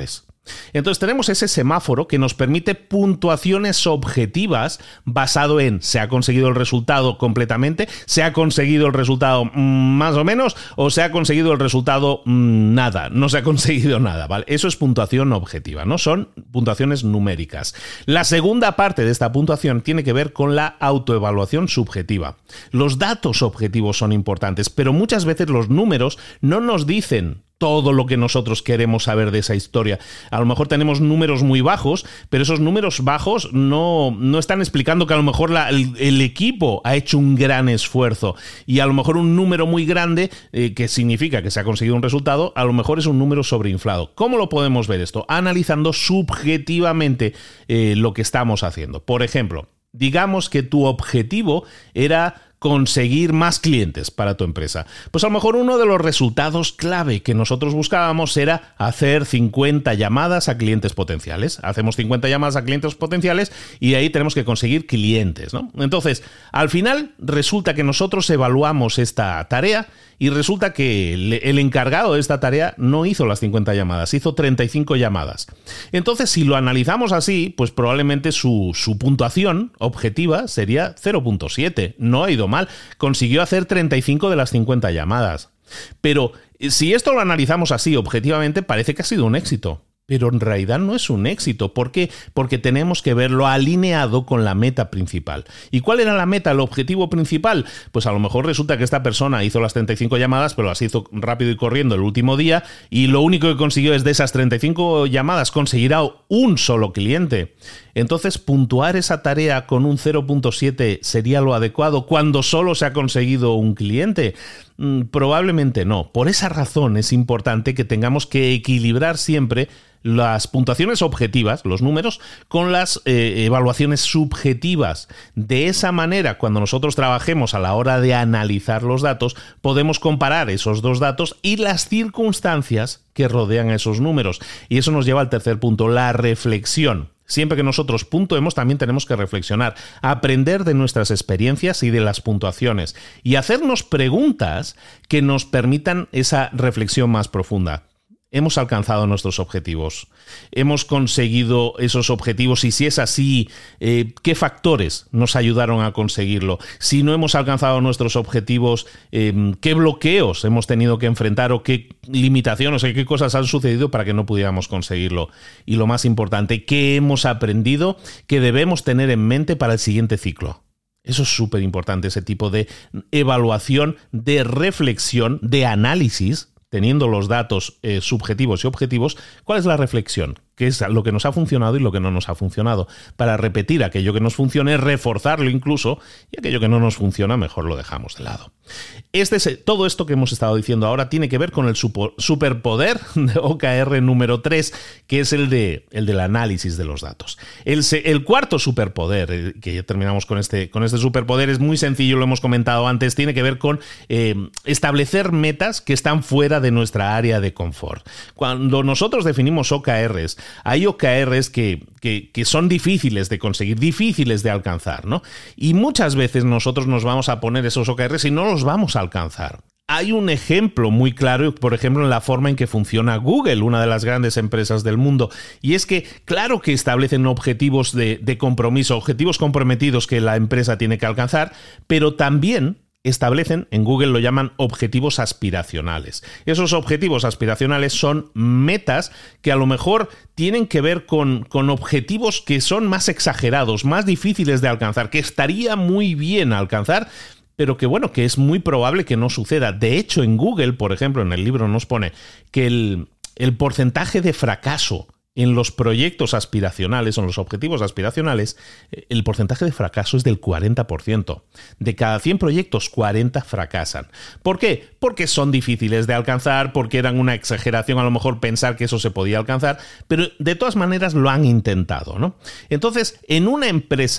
Entonces tenemos ese semáforo que nos permite puntuaciones objetivas basado en se ha conseguido el resultado completamente, se ha conseguido el resultado mmm, más o menos, o se ha conseguido el resultado mmm, nada, no se ha conseguido nada, ¿vale? Eso es puntuación objetiva, ¿no? Son puntuaciones numéricas. La segunda parte de esta puntuación tiene que ver con la autoevaluación subjetiva. Los datos objetivos son importantes, pero muchas veces los números no nos dicen todo lo que nosotros queremos saber de esa historia. A lo mejor tenemos números muy bajos, pero esos números bajos no, no están explicando que a lo mejor la, el, el equipo ha hecho un gran esfuerzo, y a lo mejor un número muy grande, eh, que significa que se ha conseguido un resultado, a lo mejor es un número sobreinflado. ¿Cómo lo podemos ver esto? Analizando subjetivamente eh, lo que estamos haciendo. Por ejemplo, digamos que tu objetivo era conseguir más clientes para tu empresa. Pues a lo mejor uno de los resultados clave que nosotros buscábamos era hacer cincuenta llamadas a clientes potenciales. Hacemos cincuenta llamadas a clientes potenciales y de ahí tenemos que conseguir clientes, ¿no? Entonces, al final resulta que nosotros evaluamos esta tarea y resulta que el encargado de esta tarea no hizo las cincuenta llamadas, hizo treinta y cinco llamadas. Entonces, si lo analizamos así, pues probablemente su, su puntuación objetiva sería cero punto siete. No ha ido mal. Consiguió hacer treinta y cinco de las cincuenta llamadas. Pero si esto lo analizamos así objetivamente, parece que ha sido un éxito. Pero en realidad no es un éxito. ¿Por qué? Porque tenemos que verlo alineado con la meta principal. ¿Y cuál era la meta, el objetivo principal? Pues a lo mejor resulta que esta persona hizo las treinta y cinco llamadas, pero las hizo rápido y corriendo el último día, y lo único que consiguió es de esas treinta y cinco llamadas conseguir a un solo cliente. Entonces, puntuar esa tarea con un cero punto siete sería lo adecuado cuando solo se ha conseguido un cliente. Mm, probablemente no. Por esa razón es importante que tengamos que equilibrar siempre las puntuaciones objetivas, los números, con las eh, evaluaciones subjetivas. De esa manera, cuando nosotros trabajemos a la hora de analizar los datos, podemos comparar esos dos datos y las circunstancias que rodean a esos números. Y eso nos lleva al tercer punto, la reflexión. Siempre que nosotros puntuemos, también tenemos que reflexionar, aprender de nuestras experiencias y de las puntuaciones y hacernos preguntas que nos permitan esa reflexión más profunda. ¿Hemos alcanzado nuestros objetivos? ¿Hemos conseguido esos objetivos? Y si es así, eh, ¿qué factores nos ayudaron a conseguirlo? Si no hemos alcanzado nuestros objetivos, eh, ¿qué bloqueos hemos tenido que enfrentar o qué limitaciones o qué cosas han sucedido para que no pudiéramos conseguirlo? Y lo más importante, ¿qué hemos aprendido que debemos tener en mente para el siguiente ciclo? Eso es súper importante, ese tipo de evaluación, de reflexión, de análisis, teniendo los datos eh, subjetivos y objetivos. ¿Cuál es la reflexión? ¿Qué es lo que nos ha funcionado y lo que no nos ha funcionado? Para repetir aquello que nos funcione, reforzarlo incluso, y aquello que no nos funciona, mejor lo dejamos de lado. Este es, todo esto que hemos estado diciendo ahora tiene que ver con el super, superpoder de O K R número tres, que es el, de, el del análisis de los datos. El, el cuarto superpoder, que ya terminamos con este, con este superpoder, es muy sencillo, lo hemos comentado antes, tiene que ver con eh, establecer metas que están fuera de nuestra área de confort. Cuando nosotros definimos O K Rs, hay O K Rs que, que, que son difíciles de conseguir, difíciles de alcanzar, ¿no? Y muchas veces nosotros nos vamos a poner esos O K Rs y no los vamos a alcanzar. Hay un ejemplo muy claro, por ejemplo, en la forma en que funciona Google, una de las grandes empresas del mundo. Y es que, claro que establecen objetivos de, de compromiso, objetivos comprometidos que la empresa tiene que alcanzar, pero también establecen, en Google lo llaman objetivos aspiracionales. Esos objetivos aspiracionales son metas que a lo mejor tienen que ver con, con objetivos que son más exagerados, más difíciles de alcanzar, que estaría muy bien alcanzar, pero que bueno, que es muy probable que no suceda. De hecho, en Google, por ejemplo, en el libro nos pone que el, el porcentaje de fracaso en los proyectos aspiracionales o en los objetivos aspiracionales, el porcentaje de fracaso es del cuarenta por ciento. De cada cien proyectos, cuarenta fracasan. ¿Por qué? Porque son difíciles de alcanzar, porque eran una exageración a lo mejor pensar que eso se podía alcanzar, pero de todas maneras lo han intentado, ¿no? Entonces, en una empresa,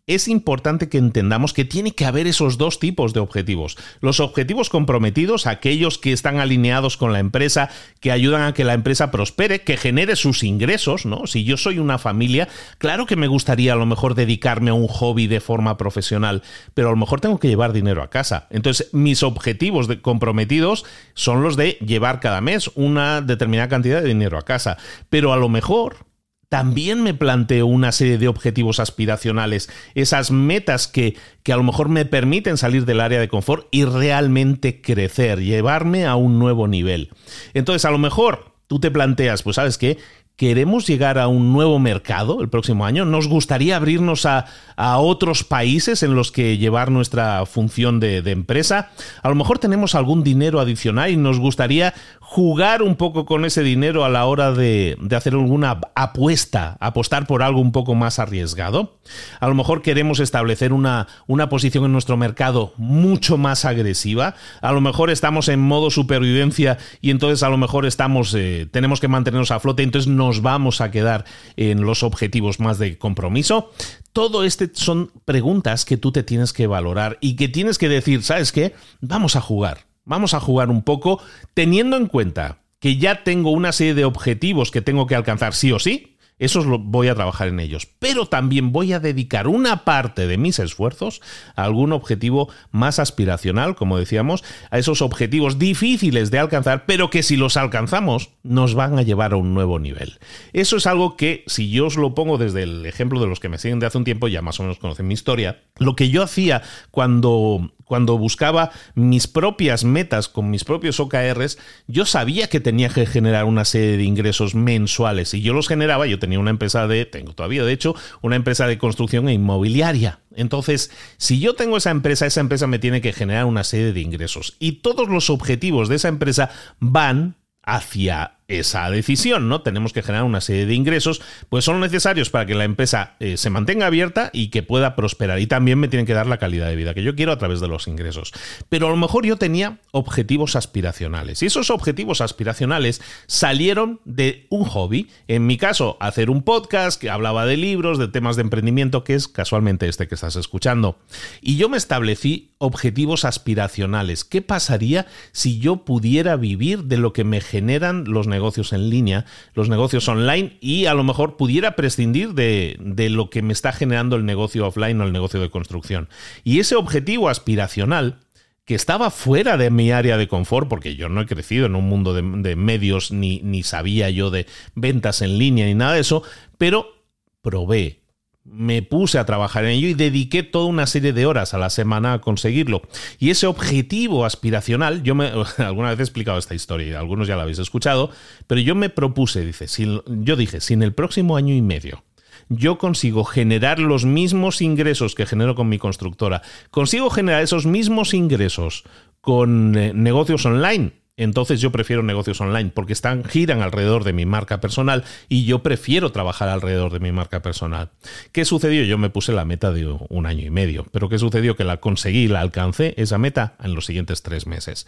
es importante que entendamos que tiene que haber esos dos tipos de objetivos. Los objetivos comprometidos, aquellos que están alineados con la empresa, que ayudan a que la empresa prospere, que genere sus ingresos, ¿no? Si yo soy una familia, claro que me gustaría a lo mejor dedicarme a un hobby de forma profesional, pero a lo mejor tengo que llevar dinero a casa. Entonces, mis objetivos de comprometidos son los de llevar cada mes una determinada cantidad de dinero a casa. Pero a lo mejor también me planteo una serie de objetivos aspiracionales, esas metas que, que a lo mejor me permiten salir del área de confort y realmente crecer, llevarme a un nuevo nivel. Entonces, a lo mejor tú te planteas, pues ¿sabes qué? ¿Queremos llegar a un nuevo mercado el próximo año? ¿Nos gustaría abrirnos a, a otros países en los que llevar nuestra función de, de empresa? A lo mejor tenemos algún dinero adicional y nos gustaría jugar un poco con ese dinero a la hora de, de hacer alguna apuesta, apostar por algo un poco más arriesgado. A lo mejor queremos establecer una, una posición en nuestro mercado mucho más agresiva. A lo mejor estamos en modo supervivencia y entonces a lo mejor estamos, eh, tenemos que mantenernos a flote, entonces no nos vamos a quedar en los objetivos más de compromiso. Todo este son preguntas que tú te tienes que valorar y que tienes que decir, ¿sabes qué? Vamos a jugar, vamos a jugar un poco teniendo en cuenta que ya tengo una serie de objetivos que tengo que alcanzar sí o sí. Esos lo voy a trabajar en ellos, pero también voy a dedicar una parte de mis esfuerzos a algún objetivo más aspiracional, como decíamos, a esos objetivos difíciles de alcanzar, pero que si los alcanzamos nos van a llevar a un nuevo nivel. Eso es algo que, si yo os lo pongo desde el ejemplo de los que me siguen de hace un tiempo, ya más o menos conocen mi historia, lo que yo hacía cuando... Cuando buscaba mis propias metas con mis propios O K Rs, yo sabía que tenía que generar una serie de ingresos mensuales y yo los generaba. Yo tenía una empresa de, tengo todavía de hecho, una empresa de construcción e inmobiliaria. Entonces, si yo tengo esa empresa, esa empresa me tiene que generar una serie de ingresos y todos los objetivos de esa empresa van hacia esa decisión, ¿no? Tenemos que generar una serie de ingresos, pues son necesarios para que la empresa eh, se mantenga abierta y que pueda prosperar. Y también me tienen que dar la calidad de vida que yo quiero a través de los ingresos. Pero a lo mejor yo tenía objetivos aspiracionales. Y esos objetivos aspiracionales salieron de un hobby. En mi caso, hacer un podcast que hablaba de libros, de temas de emprendimiento, que es casualmente este que estás escuchando. Y yo me establecí objetivos aspiracionales. ¿Qué pasaría si yo pudiera vivir de lo que me generan los negocios? negocios en línea, los negocios online y a lo mejor pudiera prescindir de, de lo que me está generando el negocio offline o el negocio de construcción. Y ese objetivo aspiracional que estaba fuera de mi área de confort, porque yo no he crecido en un mundo de, de medios, ni, ni sabía yo de ventas en línea ni nada de eso, pero probé. Me puse a trabajar en ello y dediqué toda una serie de horas a la semana a conseguirlo. Y ese objetivo aspiracional, yo me, alguna vez he explicado esta historia y algunos ya la habéis escuchado, pero yo me propuse, dice, si, yo dije, si en el próximo año y medio yo consigo generar los mismos ingresos que genero con mi constructora, consigo generar esos mismos ingresos con eh, negocios online, entonces yo prefiero negocios online porque están, giran alrededor de mi marca personal y yo prefiero trabajar alrededor de mi marca personal. ¿Qué sucedió? Yo me puse la meta de un año y medio, pero ¿qué sucedió? Que la conseguí, la alcancé, esa meta, en los siguientes tres meses.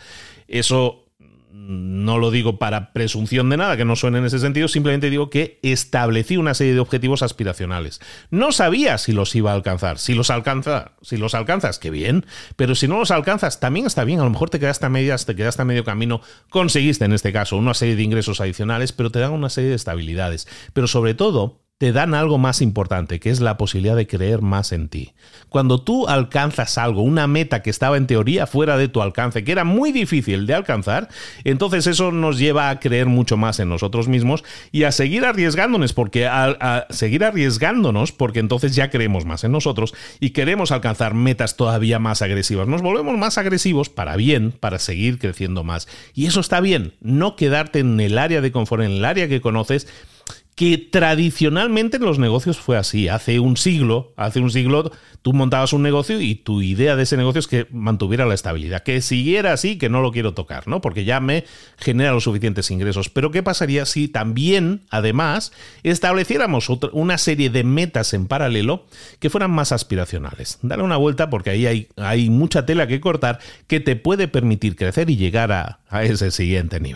Eso no lo digo para presunción de nada, que no suene en ese sentido, simplemente digo que establecí una serie de objetivos aspiracionales. No sabía si los iba a alcanzar. Si los alcanza, si los alcanzas, qué bien, pero si no los alcanzas, también está bien. A lo mejor te quedaste a medias, te quedaste a medio camino, conseguiste en este caso una serie de ingresos adicionales, pero te dan una serie de estabilidades. Pero sobre todo, te dan algo más importante, que es la posibilidad de creer más en ti. Cuando tú alcanzas algo, una meta que estaba en teoría fuera de tu alcance, que era muy difícil de alcanzar, entonces eso nos lleva a creer mucho más en nosotros mismos y a seguir arriesgándonos, porque a, a seguir arriesgándonos, porque entonces ya creemos más en nosotros y queremos alcanzar metas todavía más agresivas. Nos volvemos más agresivos para bien, para seguir creciendo más. Y eso está bien, no quedarte en el área de confort, en el área que conoces, que tradicionalmente en los negocios fue así. Hace un siglo, hace un siglo tú montabas un negocio y tu idea de ese negocio es que mantuviera la estabilidad, que siguiera así, que no lo quiero tocar, ¿no? Porque ya me genera los suficientes ingresos. Pero ¿qué pasaría si también, además, estableciéramos otra, una serie de metas en paralelo que fueran más aspiracionales? Dale una vuelta porque ahí hay, hay mucha tela que cortar que te puede permitir crecer y llegar a, a ese siguiente nivel.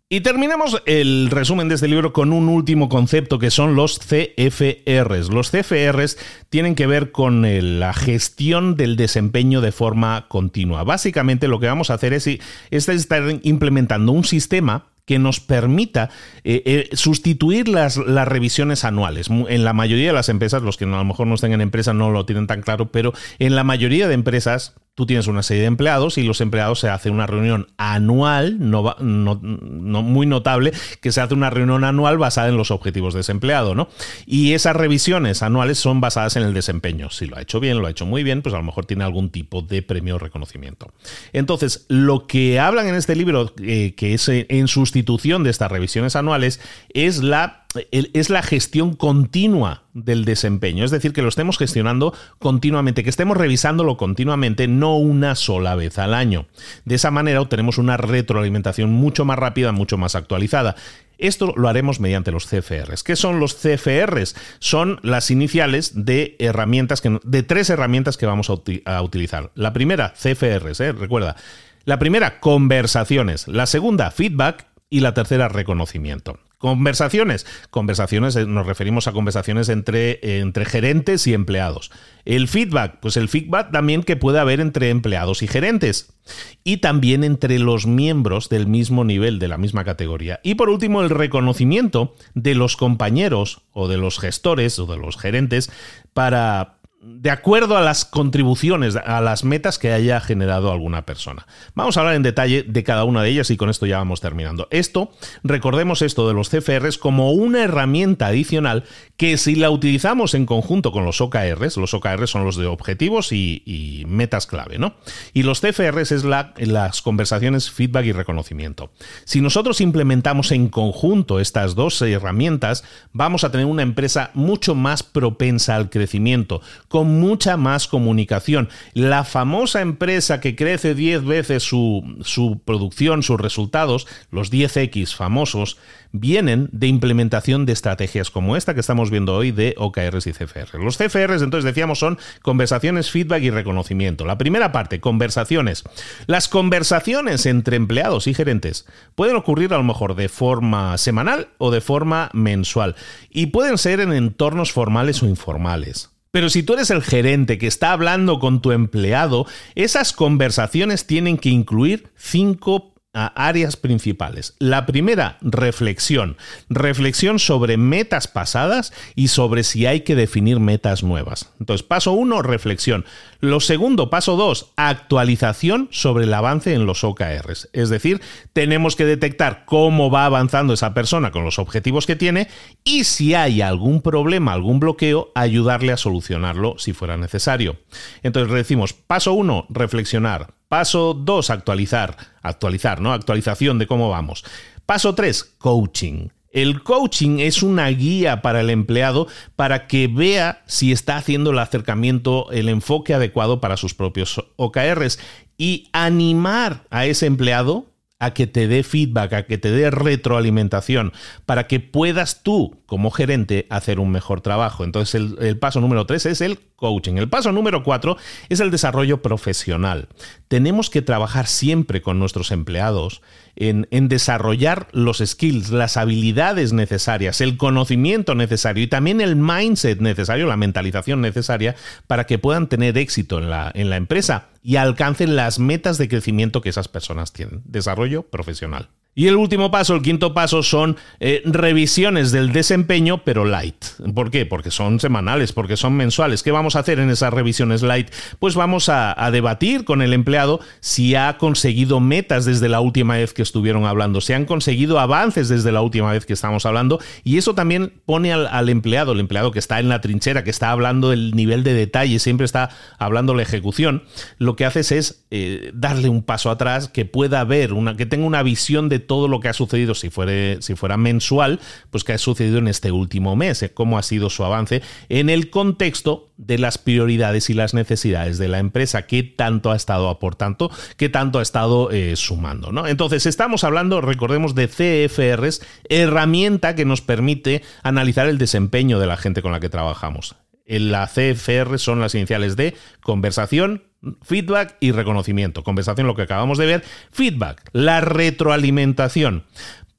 Y terminamos el resumen de este libro con un último concepto que son los C F Rs. Los C F Rs tienen que ver con el, la gestión del desempeño de forma continua. Básicamente lo que vamos a hacer es, es estar implementando un sistema que nos permita eh, eh, sustituir las, las revisiones anuales. En la mayoría de las empresas, los que a lo mejor no estén en empresa no lo tienen tan claro, pero en la mayoría de empresas tú tienes una serie de empleados y los empleados se hace una reunión anual, no, no, no muy notable, que se hace una reunión anual basada en los objetivos de ese empleado, ¿no? Y esas revisiones anuales son basadas en el desempeño. Si lo ha hecho bien, lo ha hecho muy bien, pues a lo mejor tiene algún tipo de premio o reconocimiento. Entonces, lo que hablan en este libro, eh, que es en sustitución de estas revisiones anuales, es la es la gestión continua del desempeño, es decir, que lo estemos gestionando continuamente, que estemos revisándolo continuamente, no una sola vez al año. De esa manera obtenemos una retroalimentación mucho más rápida, mucho más actualizada. Esto lo haremos mediante los C F Rs. ¿Qué son los C F Rs? Son las iniciales de herramientas que, de tres herramientas que vamos a, uti- a utilizar. La primera, C F Rs, ¿eh? Recuerda. La primera, conversaciones. La segunda, feedback. Y la tercera, reconocimiento. Conversaciones. Conversaciones, nos referimos a conversaciones entre, entre gerentes y empleados. El feedback, pues el feedback también que puede haber entre empleados y gerentes. Y también entre los miembros del mismo nivel, de la misma categoría. Y por último, el reconocimiento de los compañeros o de los gestores o de los gerentes para... de acuerdo a las contribuciones, a las metas que haya generado alguna persona. Vamos a hablar en detalle de cada una de ellas y con esto ya vamos terminando. Esto, recordemos esto de los C F Rs como una herramienta adicional que si la utilizamos en conjunto con los O K Rs, los O K Rs son los de objetivos y, y metas clave, ¿no? Y los C F Rs es la, las conversaciones, feedback y reconocimiento. Si nosotros implementamos en conjunto estas dos herramientas, vamos a tener una empresa mucho más propensa al crecimiento, con mucha más comunicación. La famosa empresa que crece diez veces su, su producción, sus resultados, los diez equis famosos, vienen de implementación de estrategias como esta que estamos viendo hoy de O K Rs y C F Rs. Los C F Rs, entonces decíamos, son conversaciones, feedback y reconocimiento. La primera parte, conversaciones. Las conversaciones entre empleados y gerentes pueden ocurrir a lo mejor de forma semanal o de forma mensual y pueden ser en entornos formales o informales. Pero si tú eres el gerente que está hablando con tu empleado, esas conversaciones tienen que incluir cinco áreas principales. La primera, reflexión. Reflexión sobre metas pasadas y sobre si hay que definir metas nuevas. Entonces, paso uno, reflexión. Lo segundo, paso dos, actualización sobre el avance en los O K Rs. Es decir, tenemos que detectar cómo va avanzando esa persona con los objetivos que tiene y si hay algún problema, algún bloqueo, ayudarle a solucionarlo si fuera necesario. Entonces, decimos, paso uno, reflexionar. Paso dos, actualizar. Actualizar, ¿no? Actualización de cómo vamos. Paso tres, coaching. El coaching es una guía para el empleado para que vea si está haciendo el acercamiento, el enfoque adecuado para sus propios O K Rs y animar a ese empleado a que te dé feedback, a que te dé retroalimentación, para que puedas tú, como gerente, hacer un mejor trabajo. Entonces, el, el paso número tres es el coaching. El paso número cuatro es el desarrollo profesional. Tenemos que trabajar siempre con nuestros empleados en, en desarrollar los skills, las habilidades necesarias, el conocimiento necesario y también el mindset necesario, la mentalización necesaria para que puedan tener éxito en la, en la empresa y alcancen las metas de crecimiento que esas personas tienen. Desarrollo profesional. Y el último paso, el quinto paso, son eh, revisiones del desempeño, pero light. ¿Por qué? Porque son semanales, porque son mensuales. ¿Qué vamos a hacer en esas revisiones light? Pues vamos a, a debatir con el empleado si ha conseguido metas desde la última vez que estuvieron hablando, si han conseguido avances desde la última vez que estamos hablando. Y eso también pone al, al empleado, el empleado que está en la trinchera, que está hablando del nivel de detalle, siempre está hablando la ejecución. Lo que haces es eh, darle un paso atrás, que pueda ver, una, que tenga una visión de todo lo que ha sucedido, si fuera, si fuera mensual, pues que ha sucedido en este último mes, eh, cómo ha sido su avance en el contexto de las prioridades y las necesidades de la empresa, qué tanto ha estado aportando, qué tanto ha estado eh, sumando, ¿no? Entonces, estamos hablando, recordemos, de C F Rs, herramienta que nos permite analizar el desempeño de la gente con la que trabajamos. En la C F R son las iniciales de conversación, feedback y reconocimiento. Conversación, lo que acabamos de ver. Feedback, la retroalimentación.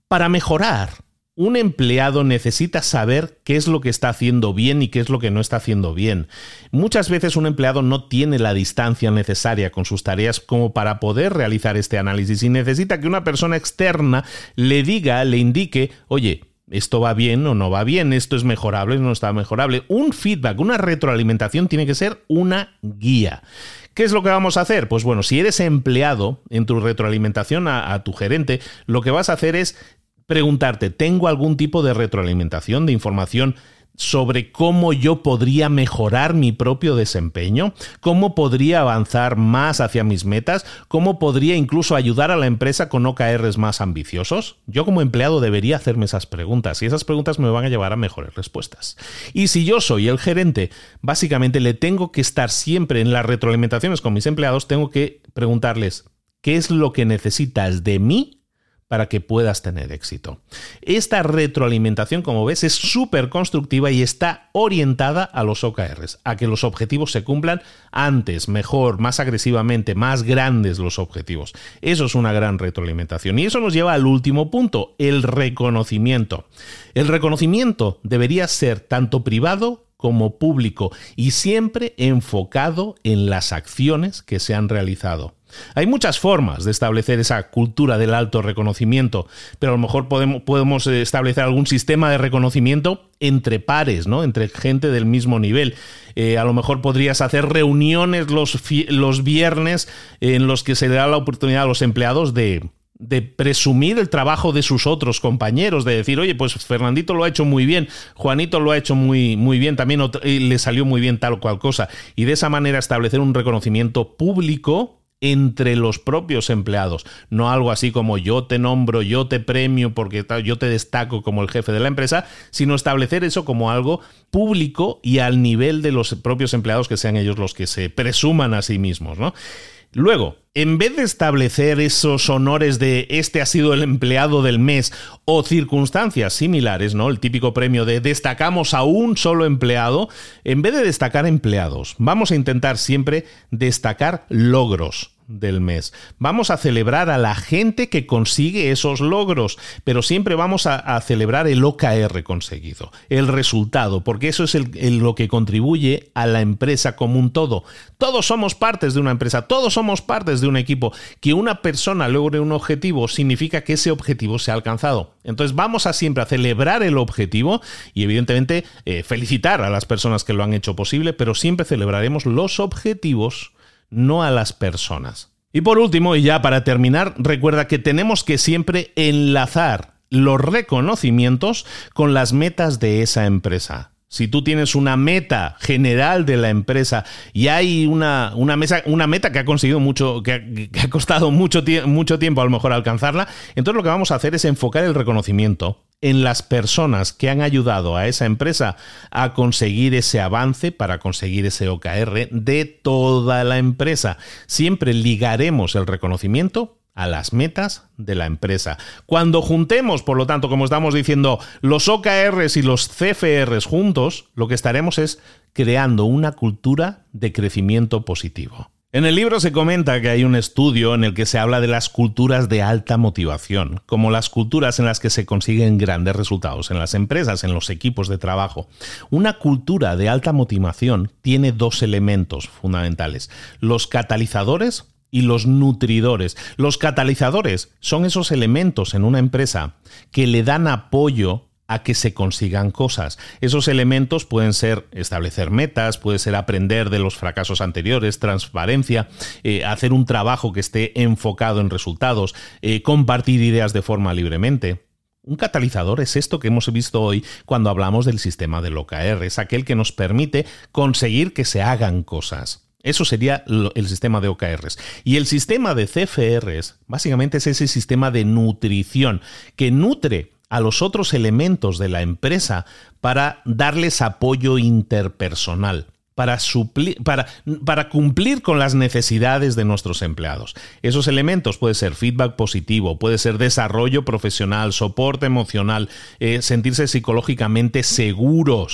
Para mejorar, un empleado necesita saber qué es lo que está haciendo bien y qué es lo que no está haciendo bien. Muchas veces un empleado no tiene la distancia necesaria con sus tareas como para poder realizar este análisis y necesita que una persona externa le diga, le indique, oye, esto va bien o no va bien, esto es mejorable o no está mejorable. Un feedback, una retroalimentación tiene que ser una guía. ¿Qué es lo que vamos a hacer? Pues bueno, si eres empleado en tu retroalimentación a, a tu gerente, lo que vas a hacer es preguntarte, ¿tengo algún tipo de retroalimentación, de información sobre cómo yo podría mejorar mi propio desempeño? ¿Cómo podría avanzar más hacia mis metas? ¿Cómo podría incluso ayudar a la empresa con O K Rs más ambiciosos? Yo como empleado debería hacerme esas preguntas y esas preguntas me van a llevar a mejores respuestas. Y si yo soy el gerente, básicamente le tengo que estar siempre en las retroalimentaciones con mis empleados, tengo que preguntarles, ¿qué es lo que necesitas de mí para que puedas tener éxito? Esta retroalimentación, como ves, es súper constructiva y está orientada a los O K Rs, a que los objetivos se cumplan antes, mejor, más agresivamente, más grandes los objetivos. Eso es una gran retroalimentación. Y eso nos lleva al último punto, el reconocimiento. El reconocimiento debería ser tanto privado como público y siempre enfocado en las acciones que se han realizado. Hay muchas formas de establecer esa cultura del alto reconocimiento, pero a lo mejor podemos, podemos establecer algún sistema de reconocimiento entre pares, ¿no? Entre gente del mismo nivel. Eh, a lo mejor podrías hacer reuniones los, los viernes en los que se le da la oportunidad a los empleados de... de presumir el trabajo de sus otros compañeros, de decir, oye, pues Fernandito lo ha hecho muy bien, Juanito lo ha hecho muy, muy bien, también otro, le salió muy bien tal o cual cosa. Y de esa manera establecer un reconocimiento público entre los propios empleados, no algo así como yo te nombro, yo te premio porque yo te destaco como el jefe de la empresa, sino establecer eso como algo público y al nivel de los propios empleados, que sean ellos los que se presuman a sí mismos, ¿no? Luego, en vez de establecer esos honores de este ha sido el empleado del mes o circunstancias similares, ¿no? El típico premio de destacamos a un solo empleado, en vez de destacar empleados, vamos a intentar siempre destacar logros del mes. Vamos a celebrar a la gente que consigue esos logros, pero siempre vamos a, a celebrar el O K R conseguido, el resultado, porque eso es el, el, lo que contribuye a la empresa como un todo. Todos somos partes de una empresa, todos somos partes de un equipo. Que una persona logre un objetivo significa que ese objetivo se ha alcanzado. Entonces vamos a siempre a celebrar el objetivo y evidentemente eh, felicitar a las personas que lo han hecho posible, pero siempre celebraremos los objetivos, no a las personas. Y por último, y ya para terminar, recuerda que tenemos que siempre enlazar los reconocimientos con las metas de esa empresa. Si tú tienes una meta general de la empresa y hay una, una, mesa, una meta que ha conseguido mucho, que ha, que ha costado mucho, tie- mucho tiempo a lo mejor alcanzarla, entonces lo que vamos a hacer es enfocar el reconocimiento en las personas que han ayudado a esa empresa a conseguir ese avance para conseguir ese O K R de toda la empresa. Siempre ligaremos el reconocimiento a las metas de la empresa. Cuando juntemos, por lo tanto, como estamos diciendo, los O K Rs y los C F Rs juntos, lo que estaremos es creando una cultura de crecimiento positivo. En el libro se comenta que hay un estudio en el que se habla de las culturas de alta motivación, como las culturas en las que se consiguen grandes resultados en las empresas, en los equipos de trabajo. Una cultura de alta motivación tiene dos elementos fundamentales: los catalizadores y los nutridores. Los catalizadores son esos elementos en una empresa que le dan apoyo a que se consigan cosas. Esos elementos pueden ser establecer metas, puede ser aprender de los fracasos anteriores, transparencia, eh, hacer un trabajo que esté enfocado en resultados, eh, compartir ideas de forma libremente. Un catalizador es esto que hemos visto hoy cuando hablamos del sistema del O K R, es aquel que nos permite conseguir que se hagan cosas. Eso sería el sistema de O K Rs. Y el sistema de C F Rs básicamente es ese sistema de nutrición que nutre a los otros elementos de la empresa para darles apoyo interpersonal, para, suplir, para, para cumplir con las necesidades de nuestros empleados. Esos elementos puede ser feedback positivo, puede ser desarrollo profesional, soporte emocional, eh, sentirse psicológicamente seguros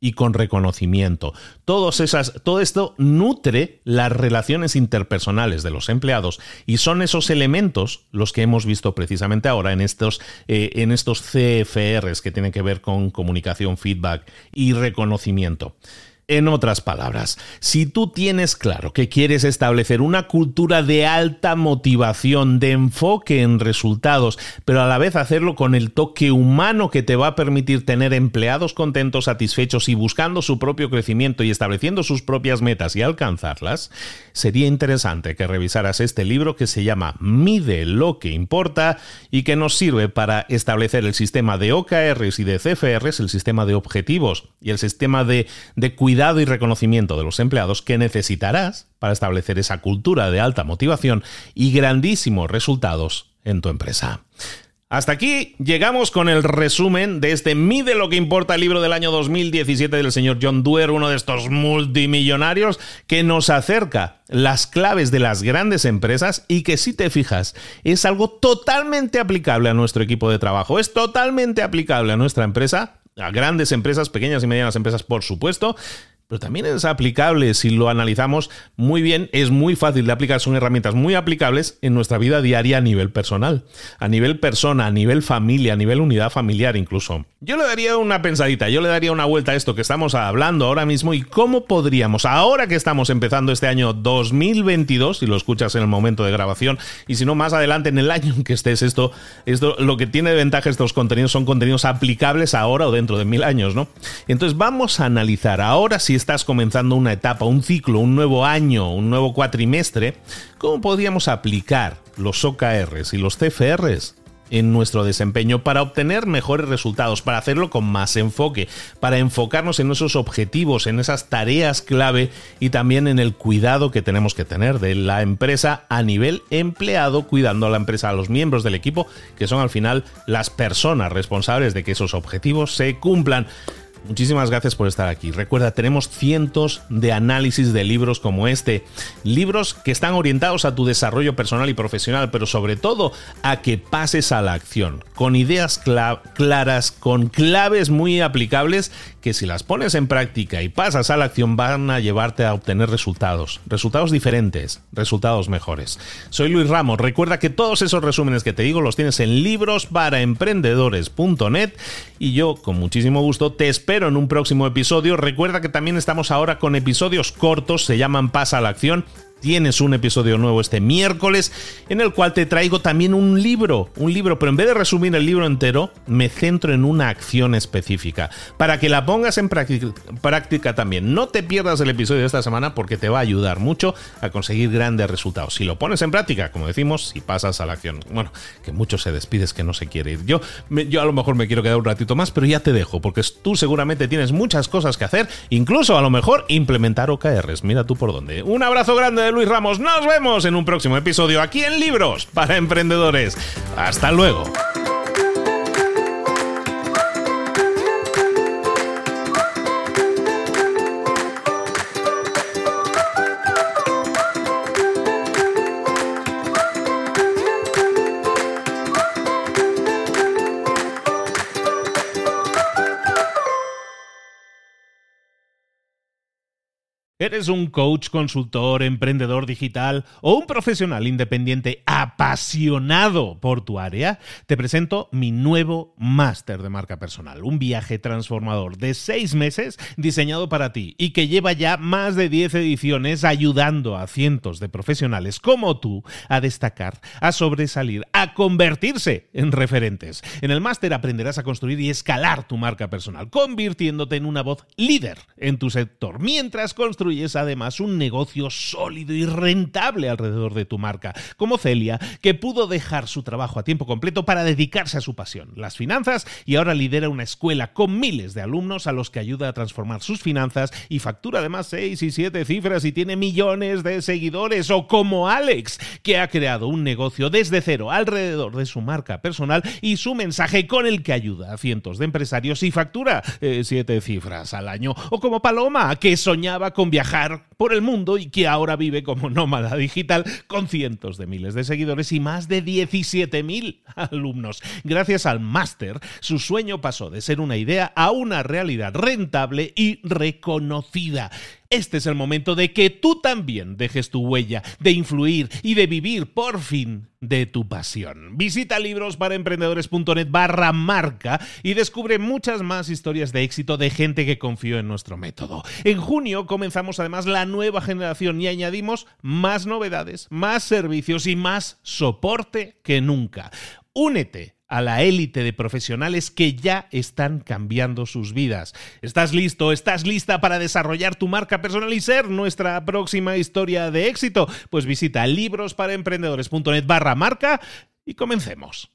y con reconocimiento. Todos esas, todo esto nutre las relaciones interpersonales de los empleados y son esos elementos los que hemos visto precisamente ahora en estos, eh, en estos C F Rs que tienen que ver con comunicación, feedback y reconocimiento. En otras palabras, si tú tienes claro que quieres establecer una cultura de alta motivación, de enfoque en resultados, pero a la vez hacerlo con el toque humano que te va a permitir tener empleados contentos, satisfechos y buscando su propio crecimiento y estableciendo sus propias metas y alcanzarlas, sería interesante que revisaras este libro que se llama Mide lo que importa y que nos sirve para establecer el sistema de O K Rs y de C F Rs, el sistema de objetivos y el sistema de, de cuidado y reconocimiento de los empleados que necesitarás para establecer esa cultura de alta motivación y grandísimos resultados en tu empresa. Hasta aquí llegamos con el resumen de este Mide lo que importa, libro del año dos mil diecisiete del señor John Doerr, uno de estos multimillonarios que nos acerca las claves de las grandes empresas y que, si te fijas, es algo totalmente aplicable a nuestro equipo de trabajo, es totalmente aplicable a nuestra empresa, a grandes empresas, pequeñas y medianas empresas, por supuesto, pero también es aplicable, si lo analizamos muy bien, es muy fácil de aplicar, son herramientas muy aplicables en nuestra vida diaria a nivel personal, a nivel persona, a nivel familia, a nivel unidad familiar incluso. Yo le daría una pensadita, yo le daría una vuelta a esto que estamos hablando ahora mismo y cómo podríamos, ahora que estamos empezando este año dos mil veintidós, si lo escuchas en el momento de grabación, y si no más adelante en el año en que estés, esto, esto lo que tiene de ventaja estos contenidos son contenidos aplicables ahora o dentro de mil años, ¿no? Entonces vamos a analizar ahora, si estás comenzando una etapa, un ciclo, un nuevo año, un nuevo cuatrimestre, ¿cómo podríamos aplicar los O K Rs y los C F Rs en nuestro desempeño para obtener mejores resultados, para hacerlo con más enfoque, para enfocarnos en esos objetivos, en esas tareas clave y también en el cuidado que tenemos que tener de la empresa a nivel empleado, cuidando a la empresa, a los miembros del equipo, que son al final las personas responsables de que esos objetivos se cumplan? Muchísimas gracias por estar aquí. Recuerda, tenemos cientos de análisis de libros como este. Libros que están orientados a tu desarrollo personal y profesional, pero sobre todo a que pases a la acción, con ideas cl- claras, con claves muy aplicables que si las pones en práctica y pasas a la acción van a llevarte a obtener resultados. Resultados diferentes, resultados mejores. Soy Luis Ramos. Recuerda que todos esos resúmenes que te digo los tienes en libros para emprendedores punto net y yo con muchísimo gusto te espero Pero en un próximo episodio. Recuerda que también estamos ahora con episodios cortos, se llaman Pasa a la Acción. Tienes un episodio nuevo este miércoles en el cual te traigo también un libro, un libro, pero en vez de resumir el libro entero, me centro en una acción específica para que la pongas en práctica, práctica también. No te pierdas el episodio de esta semana porque te va a ayudar mucho a conseguir grandes resultados. Si lo pones en práctica, como decimos, si pasas a la acción. Bueno, que mucho se despide, es que no se quiere ir. Yo, me, yo a lo mejor me quiero quedar un ratito más, pero ya te dejo porque tú seguramente tienes muchas cosas que hacer, incluso a lo mejor implementar O K Rs. Mira tú por dónde. Un abrazo grande de Luis Ramos. Nos vemos en un próximo episodio aquí en Libros para Emprendedores. Hasta luego. ¿Eres un coach, consultor, emprendedor digital o un profesional independiente apasionado por tu área? Te presento mi nuevo máster de marca personal, un viaje transformador de seis meses diseñado para ti y que lleva ya más de diez ediciones ayudando a cientos de profesionales como tú a destacar, a sobresalir, a convertirse en referentes. En el máster aprenderás a construir y escalar tu marca personal, convirtiéndote en una voz líder en tu sector, mientras construyes además un negocio sólido y rentable alrededor de tu marca, como Celia, que pudo dejar su trabajo a tiempo completo para dedicarse a su pasión, las finanzas, y ahora lidera una escuela con miles de alumnos a los que ayuda a transformar sus finanzas y factura además seis y siete cifras y tiene millones de seguidores. O como Alex, que ha creado un negocio desde cero alrededor de su marca personal y su mensaje, con el que ayuda a cientos de empresarios y factura eh, siete cifras al año. O como Paloma, que soñaba con viajar viajar por el mundo y que ahora vive como nómada digital con cientos de miles de seguidores y más de diecisiete mil alumnos. Gracias al máster, su sueño pasó de ser una idea a una realidad rentable y reconocida. Este es el momento de que tú también dejes tu huella, de influir y de vivir por fin de tu pasión. Visita librosparaemprendedores.net barra marca y descubre muchas más historias de éxito de gente que confió en nuestro método. En junio comenzamos además la nueva generación y añadimos más novedades, más servicios y más soporte que nunca. Únete a la élite de profesionales que ya están cambiando sus vidas. ¿Estás listo? ¿Estás lista para desarrollar tu marca personal y ser nuestra próxima historia de éxito? Pues visita librosparaemprendedores.net barra marca y comencemos.